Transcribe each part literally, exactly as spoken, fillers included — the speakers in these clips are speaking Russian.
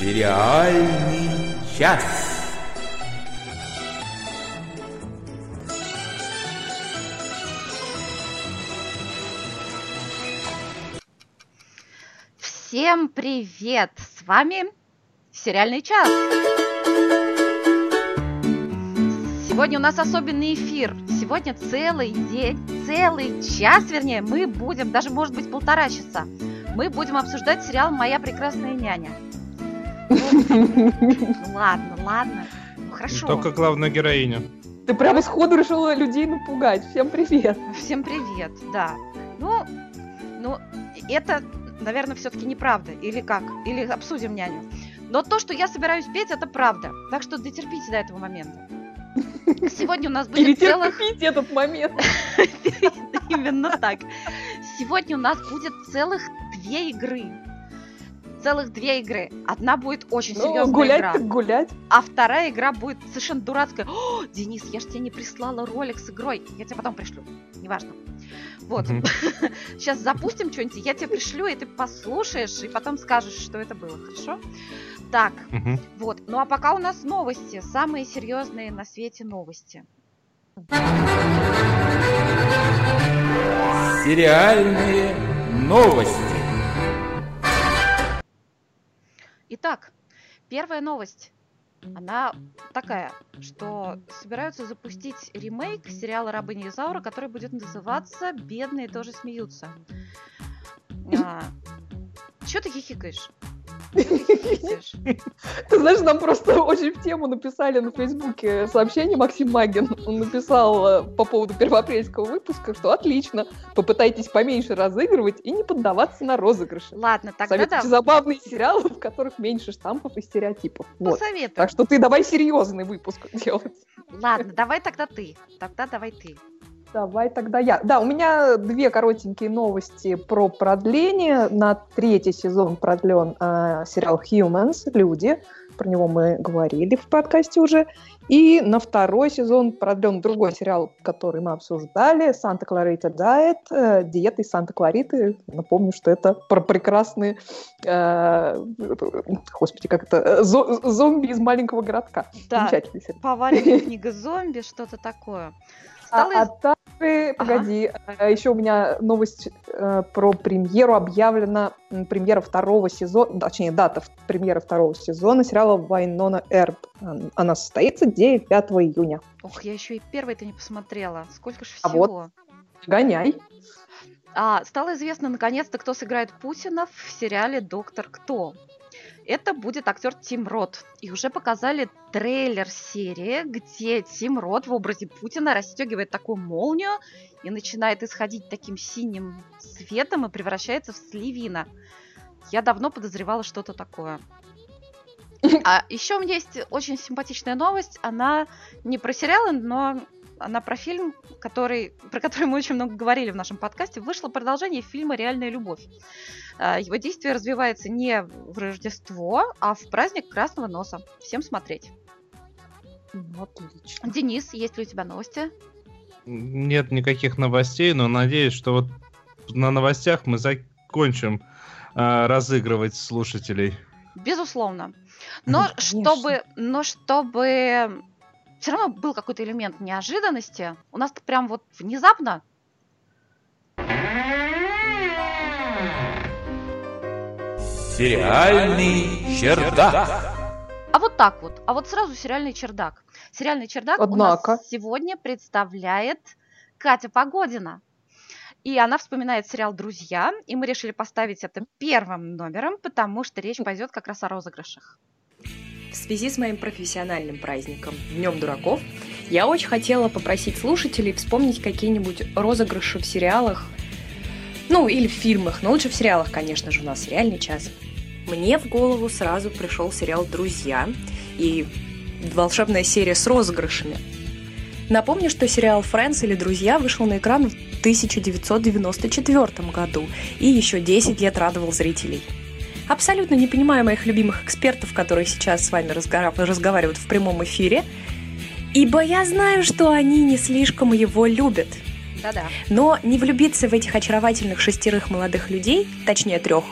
Сериальный час. Всем привет! С вами Сериальный час. Сегодня у нас особенный эфир. Сегодня целый день, целый час, вернее, мы будем, даже может быть полтора часа, мы будем обсуждать сериал «Моя прекрасная няня». Ну, ладно, ладно, ну хорошо. Только главная героиня. Ты прямо сходу решила людей напугать. Всем привет. Всем привет, да. Ну, ну, это, наверное, все-таки неправда. Или как? Или обсудим няню. Но то, что я собираюсь петь, это правда. Так что дотерпите до этого момента. Сегодня у нас будет целых... Перетерпите этот момент. Именно так. Сегодня у нас будет целых две игры. Целых две игры. Одна будет очень ну, серьезная гулять игра. Так гулять. А вторая игра будет совершенно дурацкая. О, Денис, я ж тебе не прислала ролик с игрой. Я тебе потом пришлю. Неважно. Вот. Mm-hmm. Сейчас запустим что-нибудь, я тебе пришлю, и ты послушаешь, и потом скажешь, что это было. Хорошо? Так. Mm-hmm. Вот. Ну а пока у нас новости. Самые серьезные на свете новости. Сериальные новости. Итак, первая новость. Она такая, что собираются запустить ремейк сериала «Рабыня Изаура», который будет называться «Бедные тоже смеются». А, чё ты хихикаешь? Чё ты хихикаешь? Ты знаешь, нам просто очень в тему написали на Фейсбуке сообщение Максим Магин. Он написал по поводу первоапрельского выпуска, что отлично, попытайтесь поменьше разыгрывать и не поддаваться на розыгрыши. Ладно, тогда советуйте да. забавные сериалы, в которых меньше штампов и стереотипов. Вот. Посоветуй. Так что ты давай серьезный выпуск делать. Ладно, давай тогда ты. Тогда давай ты. Давай тогда я. Да, у меня две коротенькие новости про продление. На третий сезон продлен э, сериал Humans, Люди. Про него мы говорили в подкасте уже. И на второй сезон продлен другой сериал, который мы обсуждали. Санта Кларита Diet. Э, диета из Санта Клариты. Напомню, что это про прекрасные... Э, господи, как это? Зо- зомби из маленького городка. Да, замечательный сериал. поваренная книга зомби, что-то такое. А, а также, погоди, ага. еще у меня новость э, про премьеру. Объявлена м, премьера второго сезона, точнее, дата премьеры второго сезона сериала «Вайнона Эрп». Она состоится девятого июня. Ох, я еще и первый-то не посмотрела. Сколько же а всего. Вот, гоняй. А, стало известно, наконец-то, кто сыграет Путина в сериале «Доктор Кто». Это будет актер Тим Рот. И уже показали трейлер серии, где Тим Рот в образе Путина расстегивает такую молнию и начинает исходить таким синим светом и превращается в Сливина. Я давно подозревала что-то такое. А еще у меня есть очень симпатичная новость. Она не про сериалы, но она про фильм, который, про который мы очень много говорили в нашем подкасте. Вышло продолжение фильма «Реальная любовь». Его действие развивается не в Рождество, а в праздник Красного Носа. Всем смотреть. Отлично. Денис, есть ли у тебя новости? Нет никаких новостей, но надеюсь, что вот на новостях мы закончим э, разыгрывать слушателей. Безусловно. Но чтобы, но чтобы все равно был какой-то элемент неожиданности, у нас прям вот внезапно Сериальный чердак. А вот так вот. А вот сразу сериальный чердак. Сериальный чердак Однако. у нас сегодня представляет Катя Погодина. И она вспоминает сериал «Друзья». И мы решили поставить это первым номером, потому что речь пойдет как раз о розыгрышах. В связи с моим профессиональным праздником Днем дураков, я очень хотела попросить слушателей вспомнить какие-нибудь розыгрыши в сериалах, ну, или в фильмах, но лучше в сериалах, конечно же, у нас сериальный час. Мне в голову сразу пришел сериал «Друзья» и волшебная серия с розыгрышами. Напомню, что сериал «Френдс» или «Друзья» вышел на экран в тысяча девятьсот девяносто четвёртом году и еще десять лет радовал зрителей. Абсолютно не понимаю моих любимых экспертов, которые сейчас с вами разговаривают в прямом эфире, ибо я знаю, что они не слишком его любят. Да-да. Но не влюбиться в этих очаровательных шестерых молодых людей, точнее трех,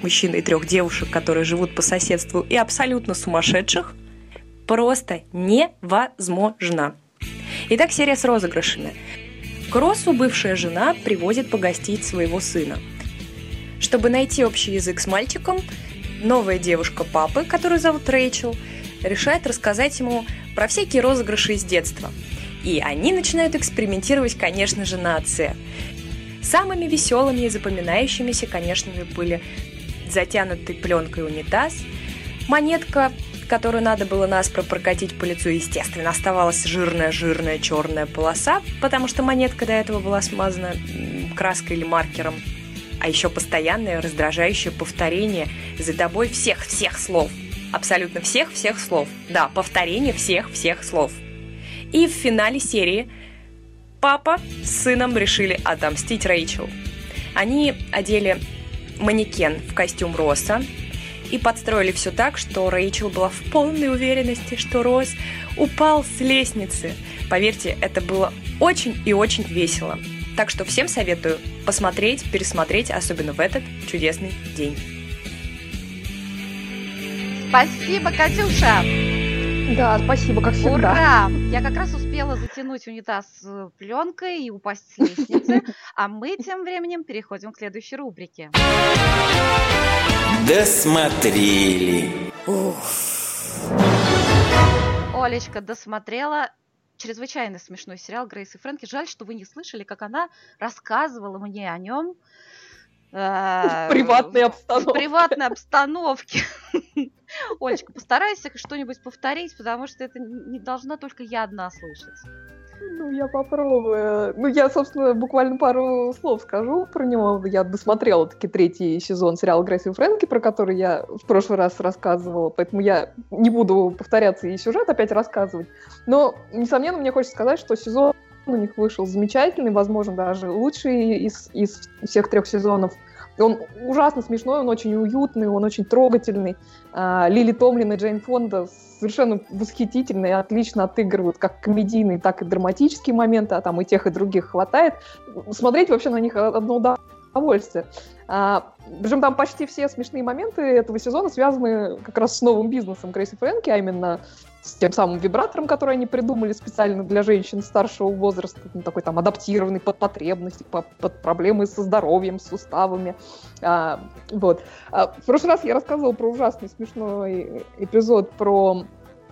мужчин и трех девушек, которые живут по соседству, и абсолютно сумасшедших, просто невозможно. Итак, серия с розыгрышами. К Россу бывшая жена привозит погостить своего сына. Чтобы найти общий язык с мальчиком, новая девушка папы, которую зовут Рэйчел, решает рассказать ему про всякие розыгрыши из детства. И они начинают экспериментировать, конечно же, на отце. Самыми веселыми и запоминающимися, конечно же, были затянутый пленкой унитаз, монетка, которую надо было наспро прокатить по лицу, естественно, оставалась жирная-жирная черная полоса, потому что монетка до этого была смазана краской или маркером. А еще постоянное раздражающее повторение за тобой всех-всех слов. Абсолютно всех-всех слов. Да, повторение всех-всех слов. И в финале серии папа с сыном решили отомстить Рэйчел. Они одели манекен в костюм Росса и подстроили все так, что Рэйчел была в полной уверенности, что Росс упал с лестницы. Поверьте, это было очень и очень весело. Так что всем советую посмотреть, пересмотреть, особенно в этот чудесный день. Спасибо, Катюша! Да, спасибо, как всегда. Ура! Я как раз успела затянуть унитаз пленкой и упасть с лестницы, а мы тем временем переходим к следующей рубрике. Досмотрели. Олечка досмотрела чрезвычайно смешной сериал «Грейс и Фрэнки». Жаль, что вы не слышали, как она рассказывала мне о нем в приватной обстановке. В приватной обстановке. Олечка, постарайся что-нибудь повторить, потому что это не должна только я одна слышать. Ну, я попробую. Ну, я, собственно, буквально пару слов скажу про него. Я досмотрела таки третий сезон сериала «Грейс и Фрэнки», про который я в прошлый раз рассказывала, поэтому я не буду повторяться и сюжет опять рассказывать. Но, несомненно, мне хочется сказать, что сезон у них вышел замечательный, возможно, даже лучший из, из всех трех сезонов. Он ужасно смешной, он очень уютный, он очень трогательный. А, Лили Томлин и Джейн Фонда совершенно восхитительные, отлично отыгрывают как комедийные, так и драматические моменты, а там и тех, и других хватает. Смотреть вообще на них одно удовольствие. А, причем там почти все смешные моменты этого сезона связаны как раз с новым бизнесом Грейс и Фрэнки, а именно с тем самым вибратором, который они придумали специально для женщин старшего возраста, ну, такой там адаптированный под потребности, под, под проблемы со здоровьем, с суставами. А, вот. А, в прошлый раз я рассказывала про ужасный смешной эпизод про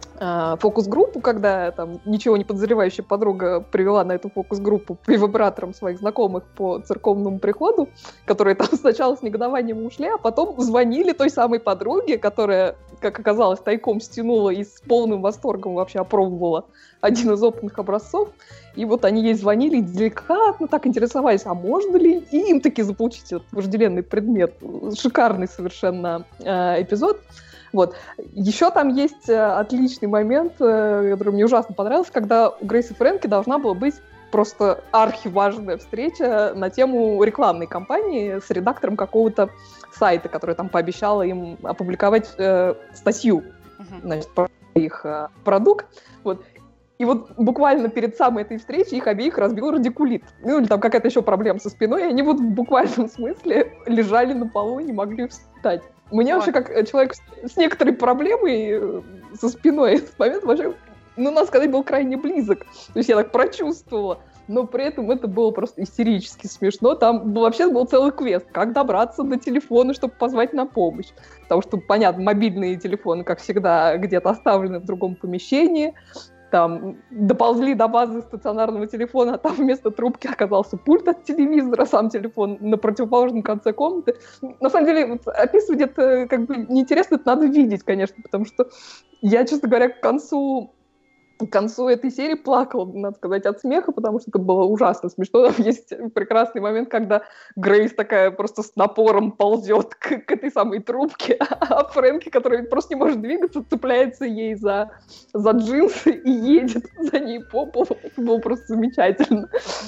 а, фокус-группу, когда там ничего не подозревающая подруга привела на эту фокус-группу вибратором своих знакомых по церковному приходу, которые там сначала с негодованием ушли, а потом звонили той самой подруге, которая, как оказалось, тайком стянула и с полным восторгом вообще опробовала один из опытных образцов. И вот они ей звонили и деликатно так интересовались, а можно ли им таки заполучить этот вожделенный предмет. Шикарный совершенно э, эпизод. Вот. Еще там есть отличный момент, э, который мне ужасно понравился, когда у Грейс и Фрэнки должна была быть просто архиважная встреча на тему рекламной кампании с редактором какого-то сайта, который там пообещала им опубликовать э, статью, uh-huh. значит, про их э, продукт. Вот. И вот буквально перед самой этой встречей их обеих разбил радикулит. Ну или там какая-то еще проблема со спиной, и они вот в буквальном смысле лежали на полу и не могли встать. Мне вот. Вообще, как человек с некоторой проблемой со спиной, этот момент вообще, ну, надо сказать, был крайне близок. То есть я так прочувствовала. Но при этом это было просто истерически смешно. Там вообще был целый квест, как добраться до телефона, чтобы позвать на помощь. Потому что, понятно, мобильные телефоны, как всегда, где-то оставлены в другом помещении. Там доползли до базы стационарного телефона, а там вместо трубки оказался пульт от телевизора, сам телефон на противоположном конце комнаты. На самом деле, вот, описывать это как бы неинтересно, это надо видеть, конечно, потому что я, честно говоря, к концу... К концу этой серии плакала, надо сказать, от смеха, потому что это было ужасно смешно. Там есть прекрасный момент, когда Грейс такая просто с напором ползет к, к этой самой трубке, а Фрэнки, который просто не может двигаться, цепляется ей за, за джинсы и едет за ней по полу. Это было просто замечательно.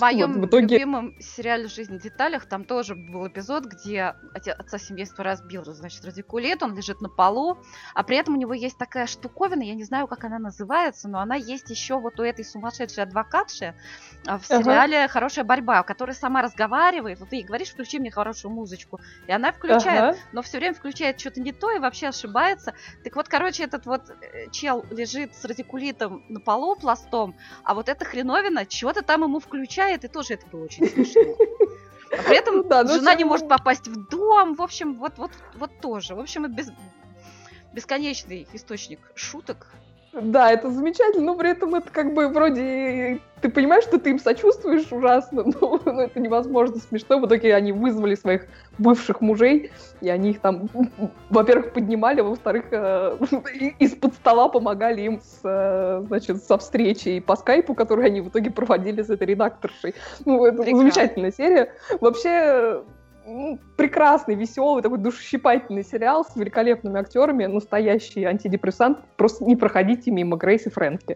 моем Вот в итоге- любимом сериале «Жизнь в деталях» там тоже был эпизод, где отец- отца семейства разбил, значит, радикулит, он лежит на полу, а при этом у него есть такая штуковина, я не знаю, как она называется, но она есть еще вот у этой сумасшедшей адвокатши а, в Ага. сериале «Хорошая борьба», которая сама разговаривает, вот ты ей говоришь, включи мне хорошую музычку, и она включает, Ага. но все время включает что-то не то и вообще ошибается. Так вот, короче, этот вот э, чел лежит с радикулитом на полу пластом, а вот эта хреновина что-то там ему включает, и тоже это было очень смешно. А при этом Ну да, ну жена не всё- может попасть в дом. В общем, вот, вот, вот тоже. В общем, это без- бесконечный источник шуток. Да, это замечательно, но при этом это как бы вроде... Ты понимаешь, что ты им сочувствуешь ужасно, но, но это невозможно смешно. В итоге они вызвали своих бывших мужей, и они их там, во-первых, поднимали, а во-вторых, э, из-под стола помогали им с, э, значит, со встречей по скайпу, которую они в итоге проводили с этой редакторшей. Ну, это Прекрасно. замечательная серия. Вообще... ну, прекрасный, веселый, такой душещипательный сериал с великолепными актерами, настоящий антидепрессант. Просто не проходите мимо Грейс и Фрэнки.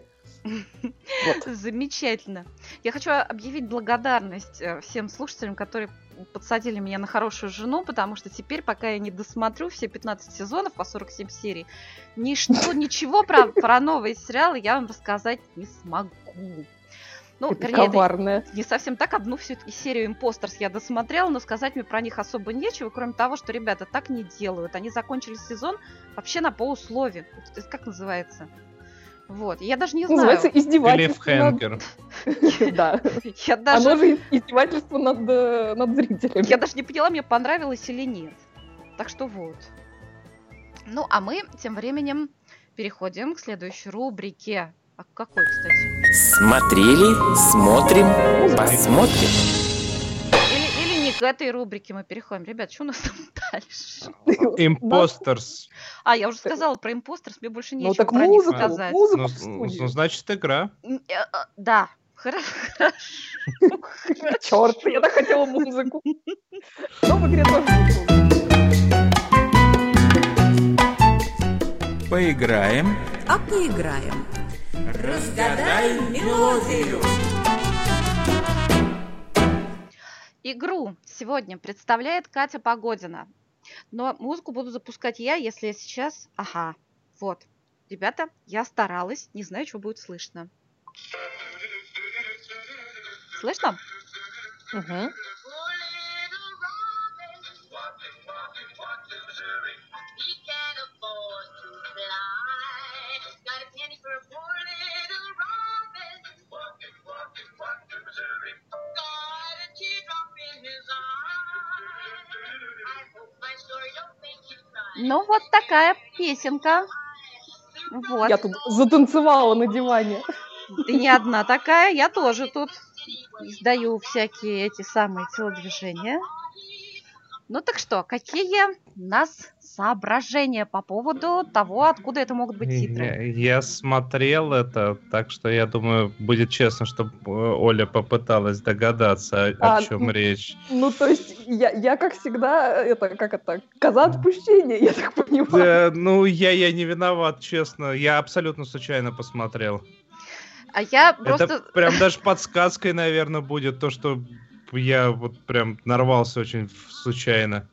Замечательно. Я хочу объявить благодарность э, всем слушателям, которые подсадили меня на хорошую жену, потому что теперь, пока я не досмотрю все пятнадцать сезонов по сорок семь серий, ничто, ничего про, про новые сериалы я вам рассказать не смогу. Ну, Это вернее, это коварная. не совсем так. Одну все-таки серию «Импостерс» я досмотрела, но сказать мне про них особо нечего, кроме того, что ребята так не делают. Они закончили сезон вообще на полуслове. Это как называется? Вот. Я даже не знаю. Называется издевательство. над- Клиффхенгер. Да. Я даже, Оно же издевательство над, э, над зрителями. я даже не поняла, мне понравилось или нет. Так что вот. Ну, а мы тем временем переходим к следующей рубрике. А к какой, кстати? Смотрели, смотрим, посмотрим. Или, или не к этой рубрике мы переходим. Ребят, что у нас там дальше? Импостерс. А, я уже сказала про импостерс, мне больше Ну нечего так про них музыку, сказать. музыку Ну, в студию. ну, значит, игра. М, э, э, Да, хорошо. Черт, я так хотела музыку. Но в игре тоже будет музыка. Поиграем. А поиграем. Разгадай мелодию. Игру сегодня представляет Катя Погодина. Но музыку буду запускать я, если я сейчас... Ага, вот. Ребята, я старалась, не знаю, что будет слышно. Слышно? Мгм. Ну, вот такая песенка. Вот. Я тут затанцевала на диване. Ты не одна такая, я тоже тут издаю всякие эти самые телодвижения. Ну так что, какие у нас соображения по поводу того, откуда это могут быть титры? Я, я смотрел это, так что я думаю, будет честно, чтобы Оля попыталась догадаться, о, А, о чем ну, речь. Ну, то есть, я, я как всегда, это, как это, коза отпущения, я так понимаю. Да, ну, я, я не виноват, честно. Я абсолютно случайно посмотрел. А я просто... Это прям даже подсказкой, наверное, будет то, что я вот прям нарвался очень случайно.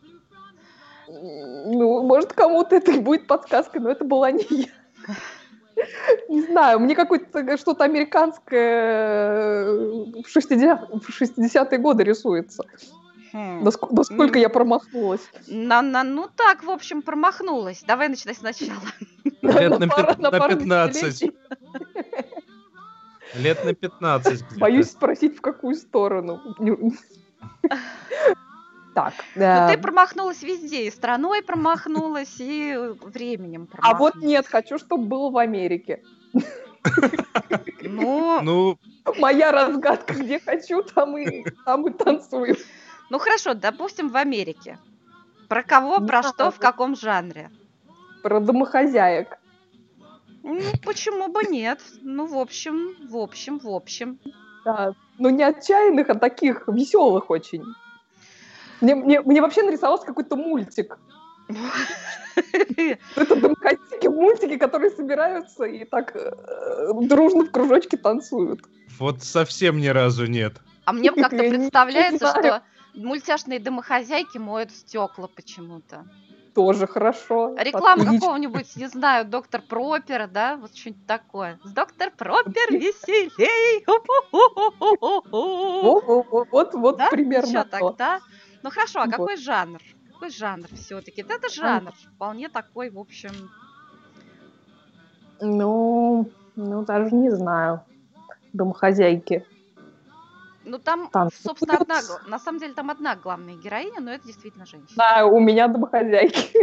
Ну, может, кому-то это и будет подсказкой, но это была не я. Не знаю, мне какое-то что-то американское в шестидесятые годы рисуется. Хм. Доск- Насколько я промахнулась. На, на, ну так, в общем, промахнулась. Давай начинай сначала. Лет на, пару- пят- на пару пятнадцать. десятилетий. Лет на пятнадцать. где-то. Боюсь спросить, в какую сторону. Так. Ну, э, ты промахнулась везде. И страной промахнулась, и временем А промахнулась. вот нет, хочу, чтобы было в Америке. Ну, Ну, Моя разгадка, где хочу, там и, там и танцую. ну хорошо, допустим, в Америке. Про кого, про Да. что, в каком жанре? Про домохозяек. Ну, почему бы нет? Ну, в общем, в общем, в общем. Да. Ну, не отчаянных, а таких веселых очень. Мне, мне, мне вообще нарисовался какой-то мультик. Это домохозяйки в мультике, которые собираются и так э, дружно в кружочке танцуют. вот совсем ни разу нет. А мне как-то Я не представляется, знаю. что мультяшные домохозяйки моют стекла почему-то. Тоже хорошо. Реклама Отлично. какого-нибудь, не знаю, доктор Пропера, да? Вот что-нибудь такое. С доктор Пропер веселей. Вот, вот, вот, вот Да? примерно Что то. тогда? Ну хорошо, а Вот. какой жанр? Какой жанр все-таки? Это жанр. Вполне такой, в общем. Ну, ну, даже не знаю. Домохозяйки. Ну там, Танцуют. собственно, одна, гла- на самом деле там одна главная героиня, но это действительно женщина. Да, у меня домохозяйки.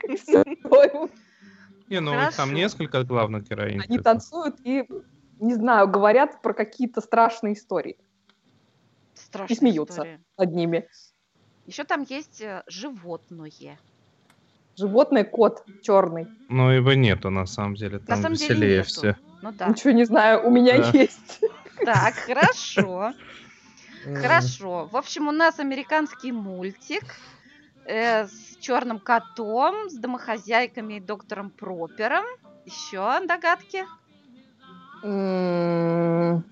Не, ну Хорошо. там несколько главных героинь. Они танцуют и, не знаю, говорят про какие-то страшные истории Страшная и смеются история. над ними. Еще там есть э, животное. Животное кот черный. Ну, его нету, на самом деле. На Там самом деле веселее нету. все. Ну да. Ничего не знаю, у меня Да. есть. Так, хорошо. Хорошо. В общем, у нас американский мультик э, с черным котом, с домохозяйками и доктором Пропером. Еще догадки? М,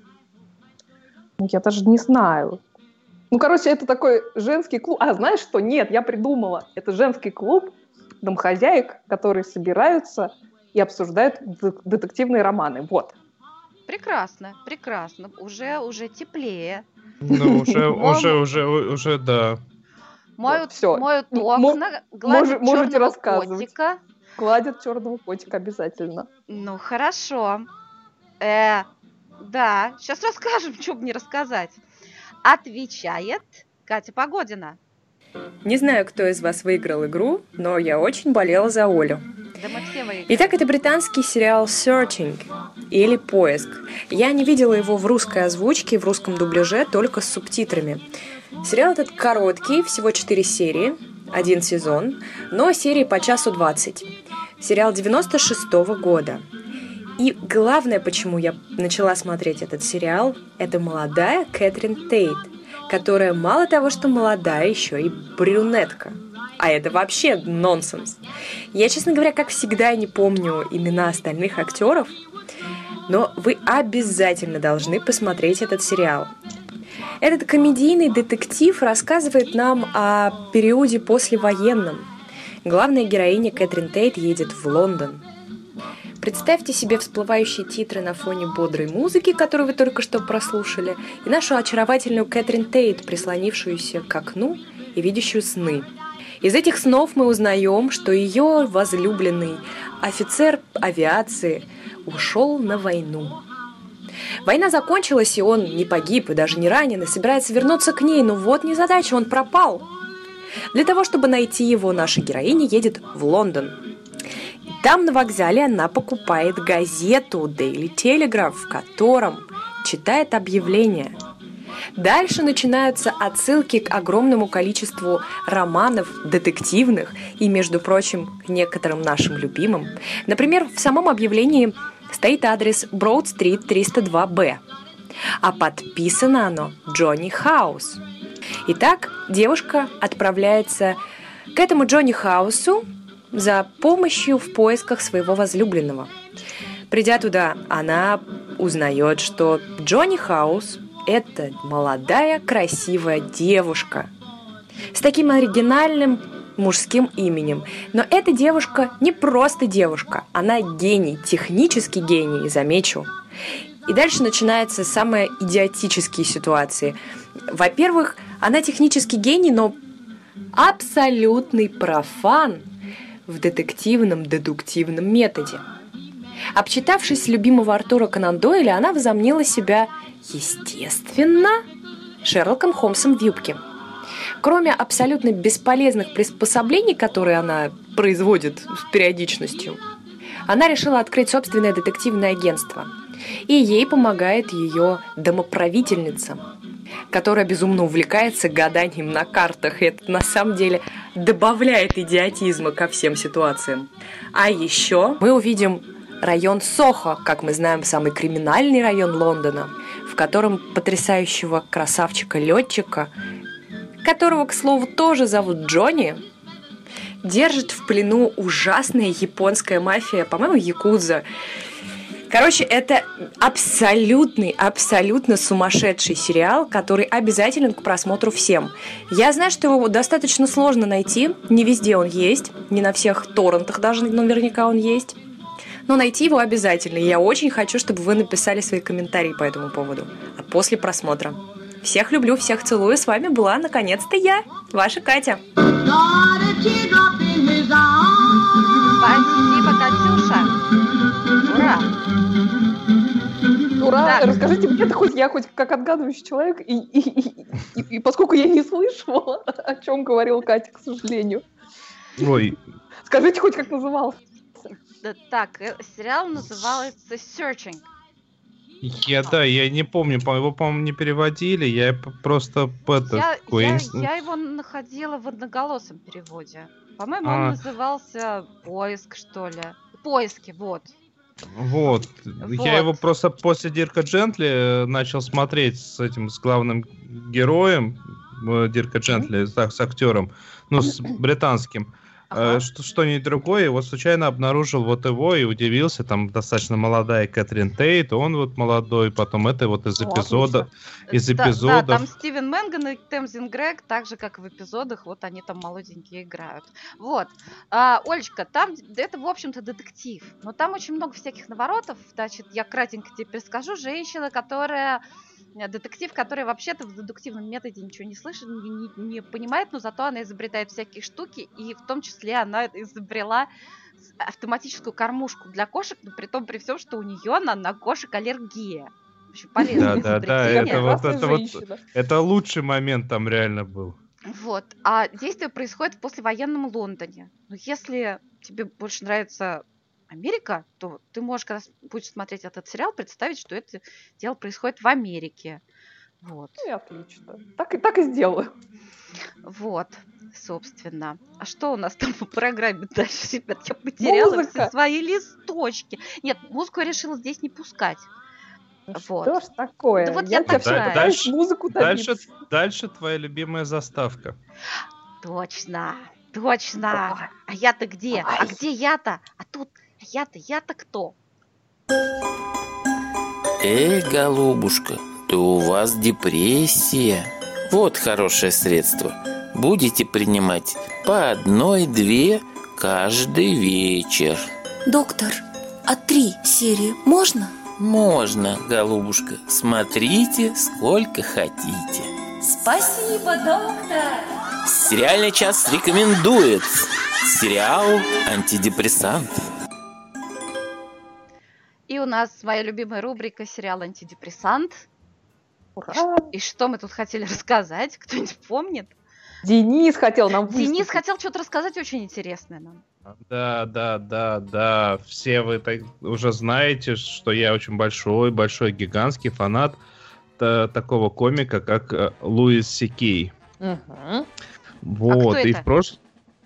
ну, я даже не знаю. Ну, короче, это такой женский клуб. А, знаешь что? Нет, я придумала. Это женский клуб домохозяек, которые собираются и обсуждают д- детективные романы. Вот. Прекрасно, прекрасно. Уже, уже теплее. Ну, уже, Мам. уже, уже, уже, да. Моют, всё. моют М- окна, гладят мож- можете черного рассказывать. котика. Гладят черного котика обязательно. Ну, хорошо. Э, да, сейчас расскажем, что бы не рассказать. Отвечает Катя Погодина. Не знаю, кто из вас выиграл игру, но я очень болела за Олю. Да мы все выиграли. Итак, это британский сериал Searching или Поиск. Я не видела его в русской озвучке, в русском дубляже, только с субтитрами. Сериал этот короткий, всего четыре серии, один сезон, но серии по часу двадцать. Сериал девяносто шестого года. И главное, почему я начала смотреть этот сериал, это молодая Кэтрин Тейт, которая мало того, что молодая, еще и брюнетка. А это вообще нонсенс. Я, честно говоря, как всегда, не помню имена остальных актеров, но вы обязательно должны посмотреть этот сериал. Этот комедийный детектив рассказывает нам о периоде послевоенном. Главная героиня Кэтрин Тейт едет в Лондон. Представьте себе всплывающие титры на фоне бодрой музыки, которую вы только что прослушали, и нашу очаровательную Кэтрин Тейт, прислонившуюся к окну и видящую сны. Из этих снов мы узнаем, что ее возлюбленный офицер авиации ушел на войну. Война закончилась, и он не погиб, и даже не ранен, и собирается вернуться к ней, но вот незадача, он пропал. Для того, чтобы найти его, наша героиня едет в Лондон. И там на вокзале она покупает газету Daily Telegraph, в котором читает объявление. Дальше начинаются отсылки к огромному количеству романов детективных и, между прочим, к некоторым нашим любимым. Например, в самом объявлении стоит адрес Броуд-стрит триста два бэ, а подписано оно Джонни Хаус. Итак, девушка отправляется к этому Джонни Хаусу за помощью в поисках своего возлюбленного. Придя туда, она узнает, что Джонни Хаус – это молодая, красивая девушка с таким оригинальным мужским именем. Но эта девушка не просто девушка, она гений, технический гений, замечу. И дальше начинаются самые идиотические ситуации. Во-первых, она технический гений, но абсолютный профан в детективном дедуктивном методе. Обчитавшись любимого Артура Конан Дойля, она возомнила себя, естественно, Шерлоком Холмсом в юбке. Кроме абсолютно бесполезных приспособлений, которые она производит с периодичностью, она решила открыть собственное детективное агентство. И ей помогает ее домоправительница, которая безумно увлекается гаданием на картах. И это на самом деле добавляет идиотизма ко всем ситуациям. А еще мы увидим район Сохо, как мы знаем, самый криминальный район Лондона, в котором потрясающего красавчика-летчика, которого, к слову, тоже зовут Джонни, держит в плену ужасная японская мафия, по-моему, якудза. Короче, это абсолютный, абсолютно сумасшедший сериал, который обязателен к просмотру всем. Я знаю, что его достаточно сложно найти, не везде он есть, не на всех торрентах даже наверняка он есть. Но найти его обязательно. И я очень хочу, чтобы вы написали свои комментарии по этому поводу. А после просмотра. Всех люблю, всех целую. С вами была, наконец-то, я, ваша Катя. Спасибо, Катюша. Ура! Ура! Да. Расскажите мне, хоть я хоть как отгадывающий человек, и, и, и, и, и поскольку я не слышала, о чем говорил Катя, к сожалению. Ой, Скажите хоть, как назывался. Да, так, э, сериал называется Searching. я, да, я не помню, по- его, по-моему, не переводили, я п- просто п- это, Я, такой я, инс- я его находила в одноголосом переводе. По-моему, А. он назывался Поиск, что ли. Поиски, вот. Вот. Вот. Я его просто после Дирка Джентли э, начал смотреть с этим, с главным героем э, Дирка Джентли, с, с актером, ну, с британским. Ага. Э, Что, что-нибудь другое, и вот случайно обнаружил вот его и удивился, там достаточно молодая Кэтрин Тейт, он вот молодой, потом это вот из О, эпизода, отлично. из Да, да, эпизодов. там Стивен Мэнган и Темзин Грег, так же, как в эпизодах, вот они там молоденькие играют. Вот. А, Олечка, там это, в общем-то, детектив, но там очень много всяких наворотов. Значит, я кратенько тебе перескажу. Женщина, которая... Детектив, который вообще-то в дедуктивном методе ничего не слышит, не, не- не понимает, но зато она изобретает всякие штуки, и в том числе она изобрела с- автоматическую кормушку для кошек, но при том, при всем, что у нее на, на кошек аллергия. В общем, полезное Да, да, да, изобретение. это вот- Прекрасная это вот- женщина. Это лучший момент там реально был. Вот. А действие происходит в послевоенном Лондоне. Но если тебе больше нравится Америка, то ты можешь, когда с- будешь смотреть этот сериал, представить, что это дело происходит в Америке. Вот. Ну и отлично. Так и, так и сделаю. Вот, собственно. А что у нас там по программе дальше, ребят? Я потеряла Музыка. все свои листочки. Нет, музыку я решила здесь не пускать. Вот. Что ж такое? Да вот я тебя такая. пытаюсь Дальше- музыку Дальше, добиться. дальше твоя любимая заставка. Точно, точно. Давай. А я-то где? А Давай. где я-то? А тут я-то, я-то кто? Эй, голубушка, да у вас депрессия. Вот хорошее средство. Будете принимать по одной-две каждый вечер. Доктор, а три серии можно? Можно, голубушка. Смотрите, сколько хотите. Спасибо, доктор! Сериальный час рекомендует сериал «Антидепрессант». И у нас моя любимая рубрика сериал «Антидепрессант». Ура! И что мы тут хотели рассказать? Кто-нибудь помнит? Денис хотел нам Денис выступить. хотел что-то рассказать очень интересное нам. Да, да, да, да. Все вы так уже знаете, что я очень большой, большой, гигантский фанат та- такого комика, как э, Луис Си Кей. Мгм. Вот, кто и это? в прошлом...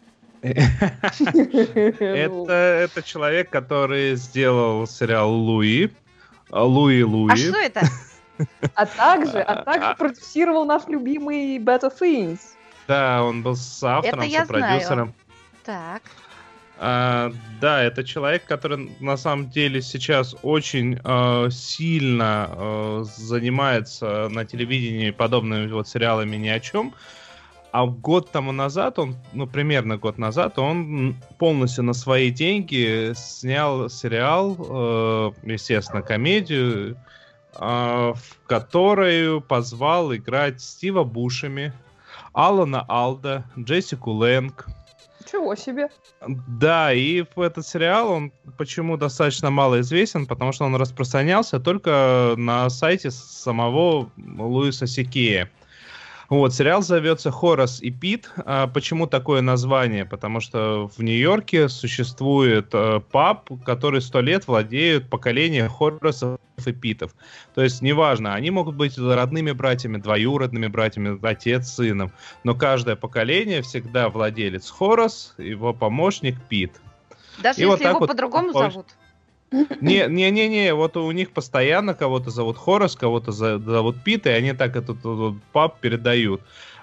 Это, это человек, который сделал сериал Луи. а, Луи Луи. А что это? А также, а А- также продюсировал наш любимый Better Things. Да, он был с автором, Это я сопродюсером. Так. А, да, это человек, который на самом деле сейчас очень э, сильно э, занимается на телевидении подобными вот сериалами ни о чем. А год тому назад, он, ну, примерно год назад, он полностью на свои деньги снял сериал, э, естественно, комедию, э, в которую позвал играть Стива Бушеми, Алана Алда, Джессику Лэнг. Ничего себе. Да, и в этот сериал он почему достаточно мало известен, потому что он распространялся только на сайте самого Луиса Си Кея. Вот, сериал зовется «Хорас и Пит». А почему такое название? Потому что в Нью-Йорке существует э, паб, который сто лет владеют поколение Хорасов и Питов. То есть, неважно, они могут быть родными братьями, двоюродными братьями, отец с сыном, но каждое поколение всегда владелец Хорас, его помощник Пит. Даже И вот если так его вот по-другому по- зовут. Не-не-не, вот у них постоянно кого-то зовут Хорас, кого-то за- зовут Пит, и они так этот, этот паб передают.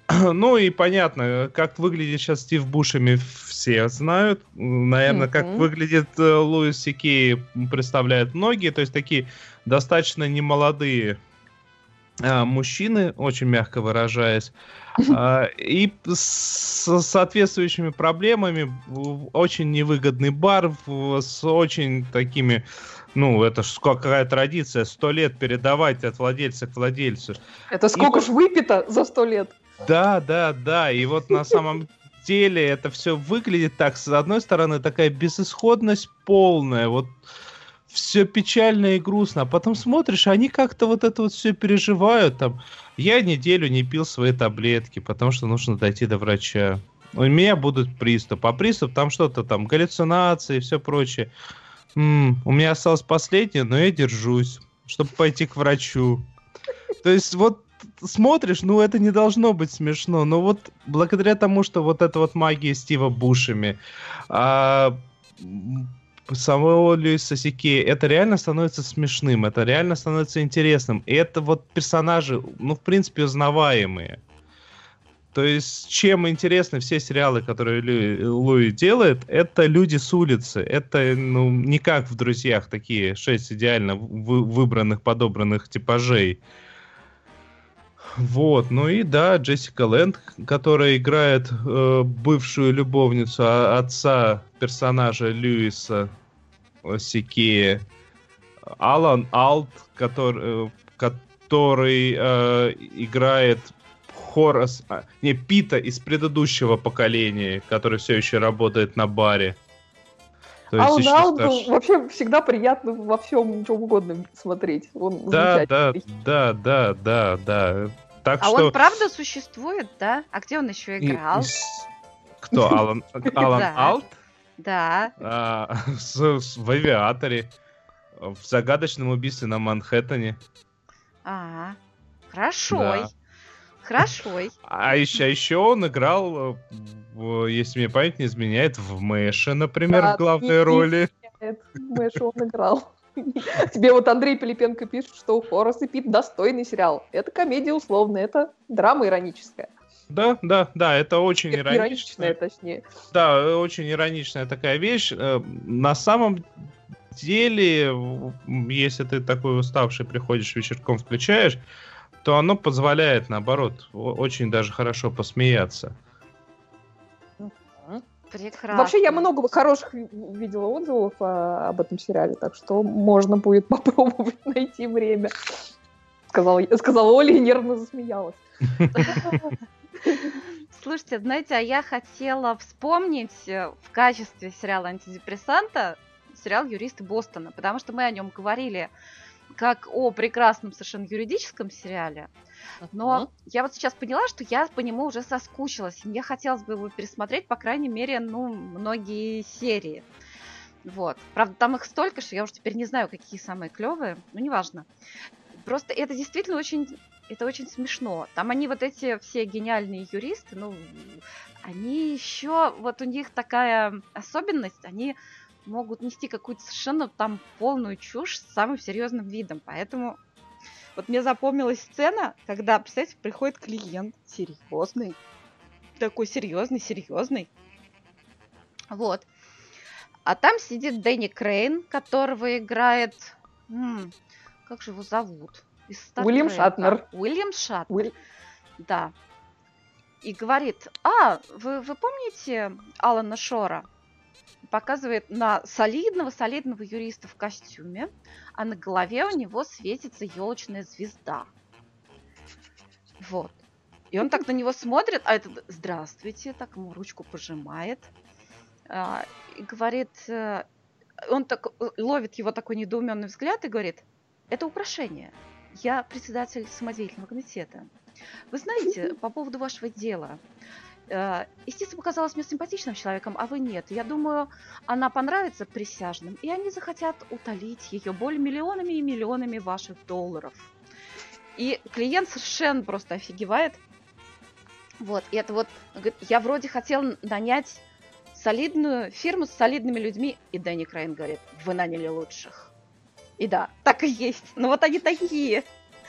Ну и понятно, как выглядит сейчас Стив Бушеми, все знают. Наверное, как Мгм. выглядит э, Луис Си Кей, представляют многие. То есть такие достаточно немолодые а, мужчины, очень мягко выражаясь, а, и с соответствующими проблемами, в очень невыгодный бар, в- с очень такими, ну, это ж какая традиция, сто лет передавать от владельца к владельцу. Это сколько вот- ж выпито за сто лет? Да, да, да, и вот на самом деле это все выглядит так, с одной стороны, такая безысходность полная, вот все печально и грустно, а потом смотришь, они как-то вот это вот все переживают, там, я неделю не пил свои таблетки, потому что нужно дойти до врача. У меня будут приступ, а приступ там что-то там, галлюцинации и все прочее. М, у меня осталось последнее, но я держусь, чтобы пойти к врачу. То есть вот смотришь, ну это не должно быть смешно, но вот благодаря тому, что вот эта вот магия Стива Бушеми, а, м, самого Льюиса Си Кей, это реально становится смешным, это реально становится интересным. И это вот персонажи, ну, в принципе, узнаваемые. То есть, чем интересны все сериалы, которые Лю- Луи делает, это люди с улицы. Это, ну, не как в «Друзьях» такие шесть идеально вы- выбранных, подобранных типажей. Вот, ну и да, Джессика Лэнд, которая играет э, бывшую любовницу а- отца персонажа Льюиса э, Си Кея. Алан Алт, который, э, который э, играет Хорас, а, не, Пита из предыдущего поколения, который все еще работает на баре. То есть Алан еще Алду старше. вообще всегда приятно во всем, чем угодно смотреть. Он Да, да, замечательный. да, да, да, да. Так А что... он правда существует, да? А где он еще и- играл? и с- Кто? Алан, Алан Да. Алт? Да. А, с- с- в «Авиаторе», в «Загадочном убийстве на Манхэттене». А, хорошо. Да. Хорошо. А еще, а еще он играл, э, в- если мне память не изменяет, в «Мэше», например, Да, в главной и- и- роли. Это, Мэш, он играл. Тебе вот Андрей Пилипенко пишет, что «Хорас и Пит» достойный сериал. Это комедия условная, это драма ироническая. Да, да, да, это очень Ироничная, иронично. точнее. Да, э, очень ироничная такая вещь. Э, На самом деле, в- если ты такой уставший приходишь вечерком, включаешь, то оно позволяет, наоборот, о- очень даже хорошо посмеяться. Прекрасно. Вообще, я много хороших ви- видела отзывов а, об этом сериале, так что можно будет попробовать найти время. Сказала, я- сказала Оля и нервно засмеялась. Слушайте, знаете, а я хотела вспомнить э, в качестве сериала антидепрессанта сериал «Юристы Бостона», потому что мы о нем говорили как о прекрасном совершенно юридическом сериале. Но я вот сейчас поняла, что я по нему уже соскучилась. И мне хотелось бы его пересмотреть, по крайней мере, ну, многие серии. Вот. Правда, там их столько, что я уже теперь не знаю, какие самые клевые. Ну, неважно. Просто это действительно очень... Это очень смешно. Там они вот эти все гениальные юристы, ну, они еще... Вот у них такая особенность, они могут нести какую-то совершенно там полную чушь с самым серьезным видом. Поэтому вот мне запомнилась сцена, когда, представляете, приходит клиент серьезный, такой серьезный, серьезный. Вот. А там сидит Дэнни Крейн, которого играет... м, как же его зовут? Из Уильям «Стартрека». Шатнер. Уильям Шатнер, Уиль- да. И говорит, а, вы, вы помните Алана Шора? Показывает на солидного-солидного юриста в костюме, а на голове у него светится елочная звезда. Вот. И он так на него смотрит, а этот «Здравствуйте», так ему ручку пожимает. а, И говорит, э, он так э, ловит его такой недоуменный взгляд и говорит, это украшение. Я председатель самодеятельного комитета. Вы знаете, по поводу вашего дела, э, Истиса показалась мне симпатичным человеком, а вы нет. Я думаю, она понравится присяжным, и они захотят утолить ее боль миллионами и миллионами ваших долларов. И клиент совершенно просто офигевает. Вот, и это вот, он говорит, я вроде хотел нанять солидную фирму с солидными людьми, и Дэнни Крейн говорит, вы наняли лучших. И да, так и есть. Ну вот они такие.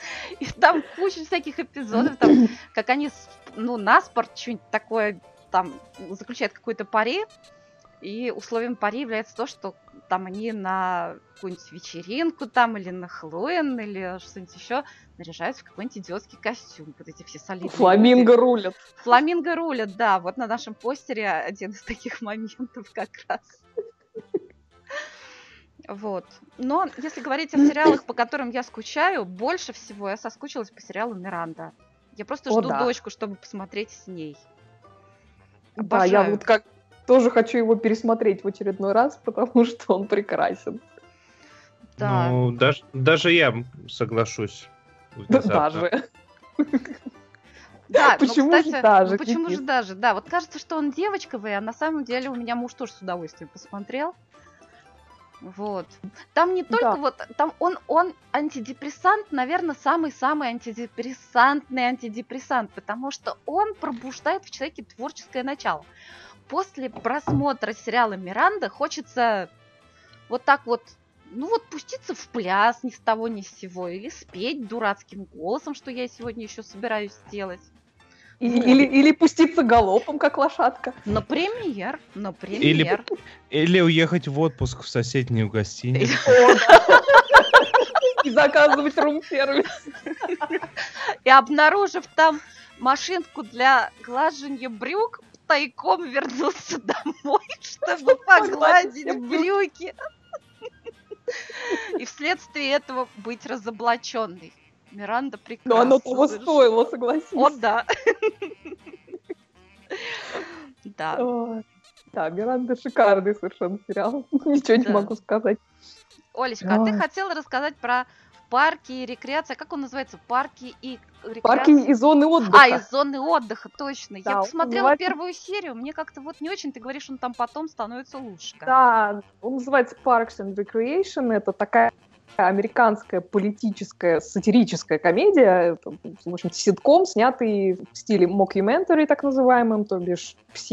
И там куча всяких эпизодов, там, как они, ну, на спорт что-нибудь такое, там, заключают какой-то пари, и условием пари является то, что там они на какую-нибудь вечеринку там, или на Хэллоуин, или что-нибудь еще наряжаются в какой-нибудь идиотский костюм. Вот эти все солидные. Фламинго рулят. Фламинго рулят, да. Вот на нашем постере один из таких моментов как раз. Вот. Но если говорить о сериалах, по которым я скучаю, больше всего я соскучилась по сериалу «Миранда». Я просто О, жду да. дочку, чтобы посмотреть с ней. Да, я Обожаю. вот как тоже хочу его пересмотреть в очередной раз, потому что он прекрасен. Да. Ну, даже, даже я соглашусь. Да, внезапно. даже. Да, ну, Почему же кстати, даже, ну, почему Никит? же даже? Да, вот кажется, что он девочковый, а на самом деле у меня муж тоже с удовольствием посмотрел. Вот. Там не только Да. вот, там он, он антидепрессант, наверное, самый-самый антидепрессантный антидепрессант, потому что он пробуждает в человеке творческое начало. После просмотра сериала «Миранда» хочется вот так вот, ну вот пуститься в пляс ни с того ни с сего, или спеть дурацким голосом, что я сегодня еще собираюсь сделать. И- Или, или пуститься галопом, как лошадка. Например, Или, например. или уехать в отпуск в соседнюю гостиницу. И заказывать рум-сервис. И обнаружив там машинку для глажения брюк, тайком вернуться домой, чтобы погладить все брюки. И вследствие этого быть разоблаченной. Миранда прекрасна. Но оно того совершенно. стоило, согласись. О, да. Да. Ой. Да, «Миранда» шикарный совершенно сериал. Ничего не Да. могу сказать. Олечка, а ты Ой. хотела рассказать про парки и рекреация. Как он называется? Парки и рекреация. Парки и зоны отдыха. А, из зоны отдыха, точно. Да, Я он посмотрела называется- первую серию, мне как-то вот не очень, ты говоришь, он там потом становится лучше. Да, он называется Parks and Recreation. Это такая американская политическая сатирическая комедия. Это, в общем, ситком, снятый в стиле mockumentary, так называемым, то бишь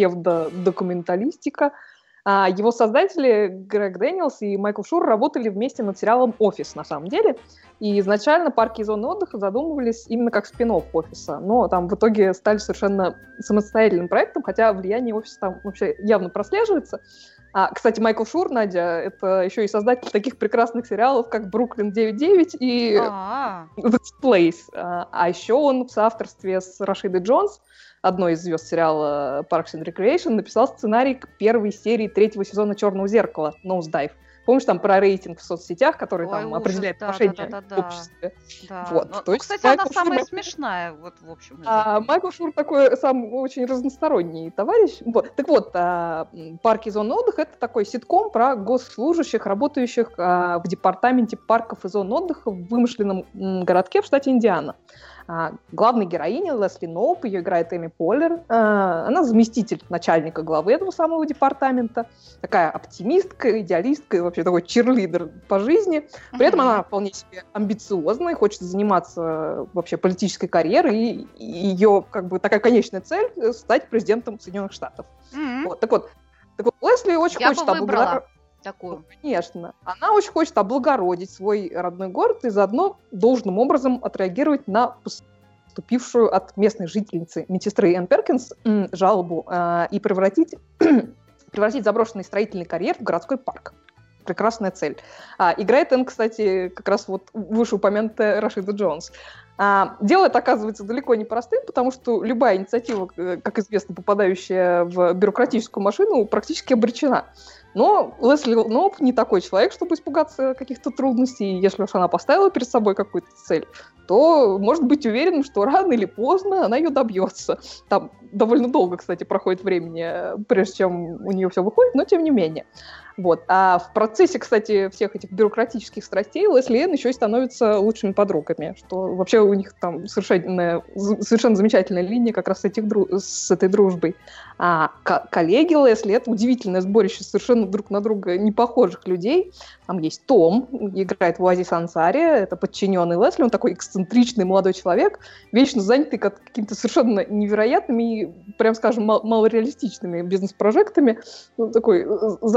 псевдодокументалистика. А его создатели Грег Дэниелс и Майкл Шур работали вместе над сериалом «Офис», на самом деле. И изначально парки и зоны отдыха задумывались именно как спин-офф «Офиса». Но там в итоге стали совершенно самостоятельным проектом, хотя влияние «Офиса» там вообще явно прослеживается. А, кстати, Майкл Шур, Надя, это еще и создатель таких прекрасных сериалов, как «Бруклин девять девять» и А, «The Place». А, а еще он в соавторстве с Рашидой Джонс, одной из звезд сериала Parks and Recreation, написал сценарий к первой серии третьего сезона «Черного зеркала» «Nosedive». Помнишь, там про рейтинг в соцсетях, который Ой, там ужас, определяет да, отношения да, да, да, в да. обществе. да. Вот, Ну, то есть кстати, она Майкл самая Шур- смешная, вот в общем. из А этих. Майкл Шур такой сам очень разносторонний товарищ. Вот. Так вот, а, м, «Парки и зоны отдыха» — это такой ситком про госслужащих, работающих а, в департаменте парков и зон отдыха в вымышленном м, городке в штате Индиана. А, главная героиня Лесли Ноуп, ее играет Эми Поллер. А, она заместитель начальника главы этого самого департамента. Такая оптимистка, идеалистка и вообще такой чирлидер по жизни. При этом Мгм. она вполне себе амбициозная, хочет заниматься вообще политической карьерой, и и ее как бы такая конечная цель — стать президентом Соединенных Штатов. М, Вот, так вот, так вот, Лесли очень Я бы хочет выбрала облагоро- такую. Конечно. Она очень хочет облагородить свой родной город и заодно должным образом отреагировать на поступившую от местной жительницы медсестры Энн Перкинс м, жалобу э, и превратить, превратить заброшенный строительный карьер в городской парк. Прекрасная цель. А, играет Энн, кстати, как раз вот вышеупомянутая Рашида Джонс. А, дело это оказывается далеко не простым, потому что любая инициатива, э, как известно, попадающая в бюрократическую машину, практически обречена. Но Лесли Ноуп не такой человек, чтобы испугаться каких-то трудностей. И если уж она поставила перед собой какую-то цель, то может быть уверенным, что рано или поздно она ее добьется. Там довольно долго, кстати, проходит времени, прежде чем у нее все выходит, но тем не менее. Вот. А в процессе, кстати, всех этих бюрократических страстей Лесли и Энн еще и становятся лучшими подругами, что вообще у них там совершенно, совершенно замечательная линия как раз с, этих, с этой дружбой. А к- коллеги Лесли — это удивительное сборище совершенно друг на друга непохожих людей. Там есть Том, играет в Азиз Ансари, это подчиненный Лесли, он такой эксцентричный молодой человек, вечно занятый как- какими-то совершенно невероятными и, прям скажем, мал- малореалистичными бизнес-прожектами. Ну, такой э, занятный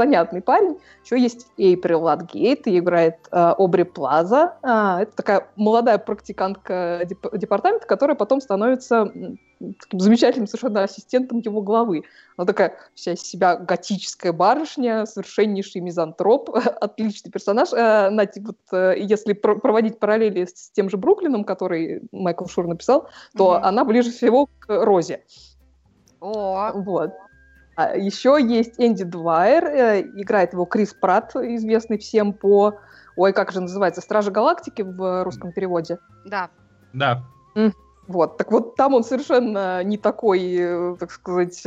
парень. Еще есть Эйприл Ладгейт, и играет э, Обри Плаза. А, это такая молодая практикантка деп- департамента, которая потом становится таким замечательным совершенно ассистентом его главы. Она такая вся из себя готическая барышня, совершеннейший мизантроп, отличный персонаж. Она, вот, если проводить параллели с тем же Бруклином, который Майкл Шур написал, то mm-hmm. она ближе всего к Розе. О. Вот. А еще есть Энди Двайер, э, играет его Крис Пратт, известный всем по... Ой, как же называется? «Стражи Галактики» в русском переводе. Да. Да. Mm. Вот, так вот там он совершенно не такой, так сказать...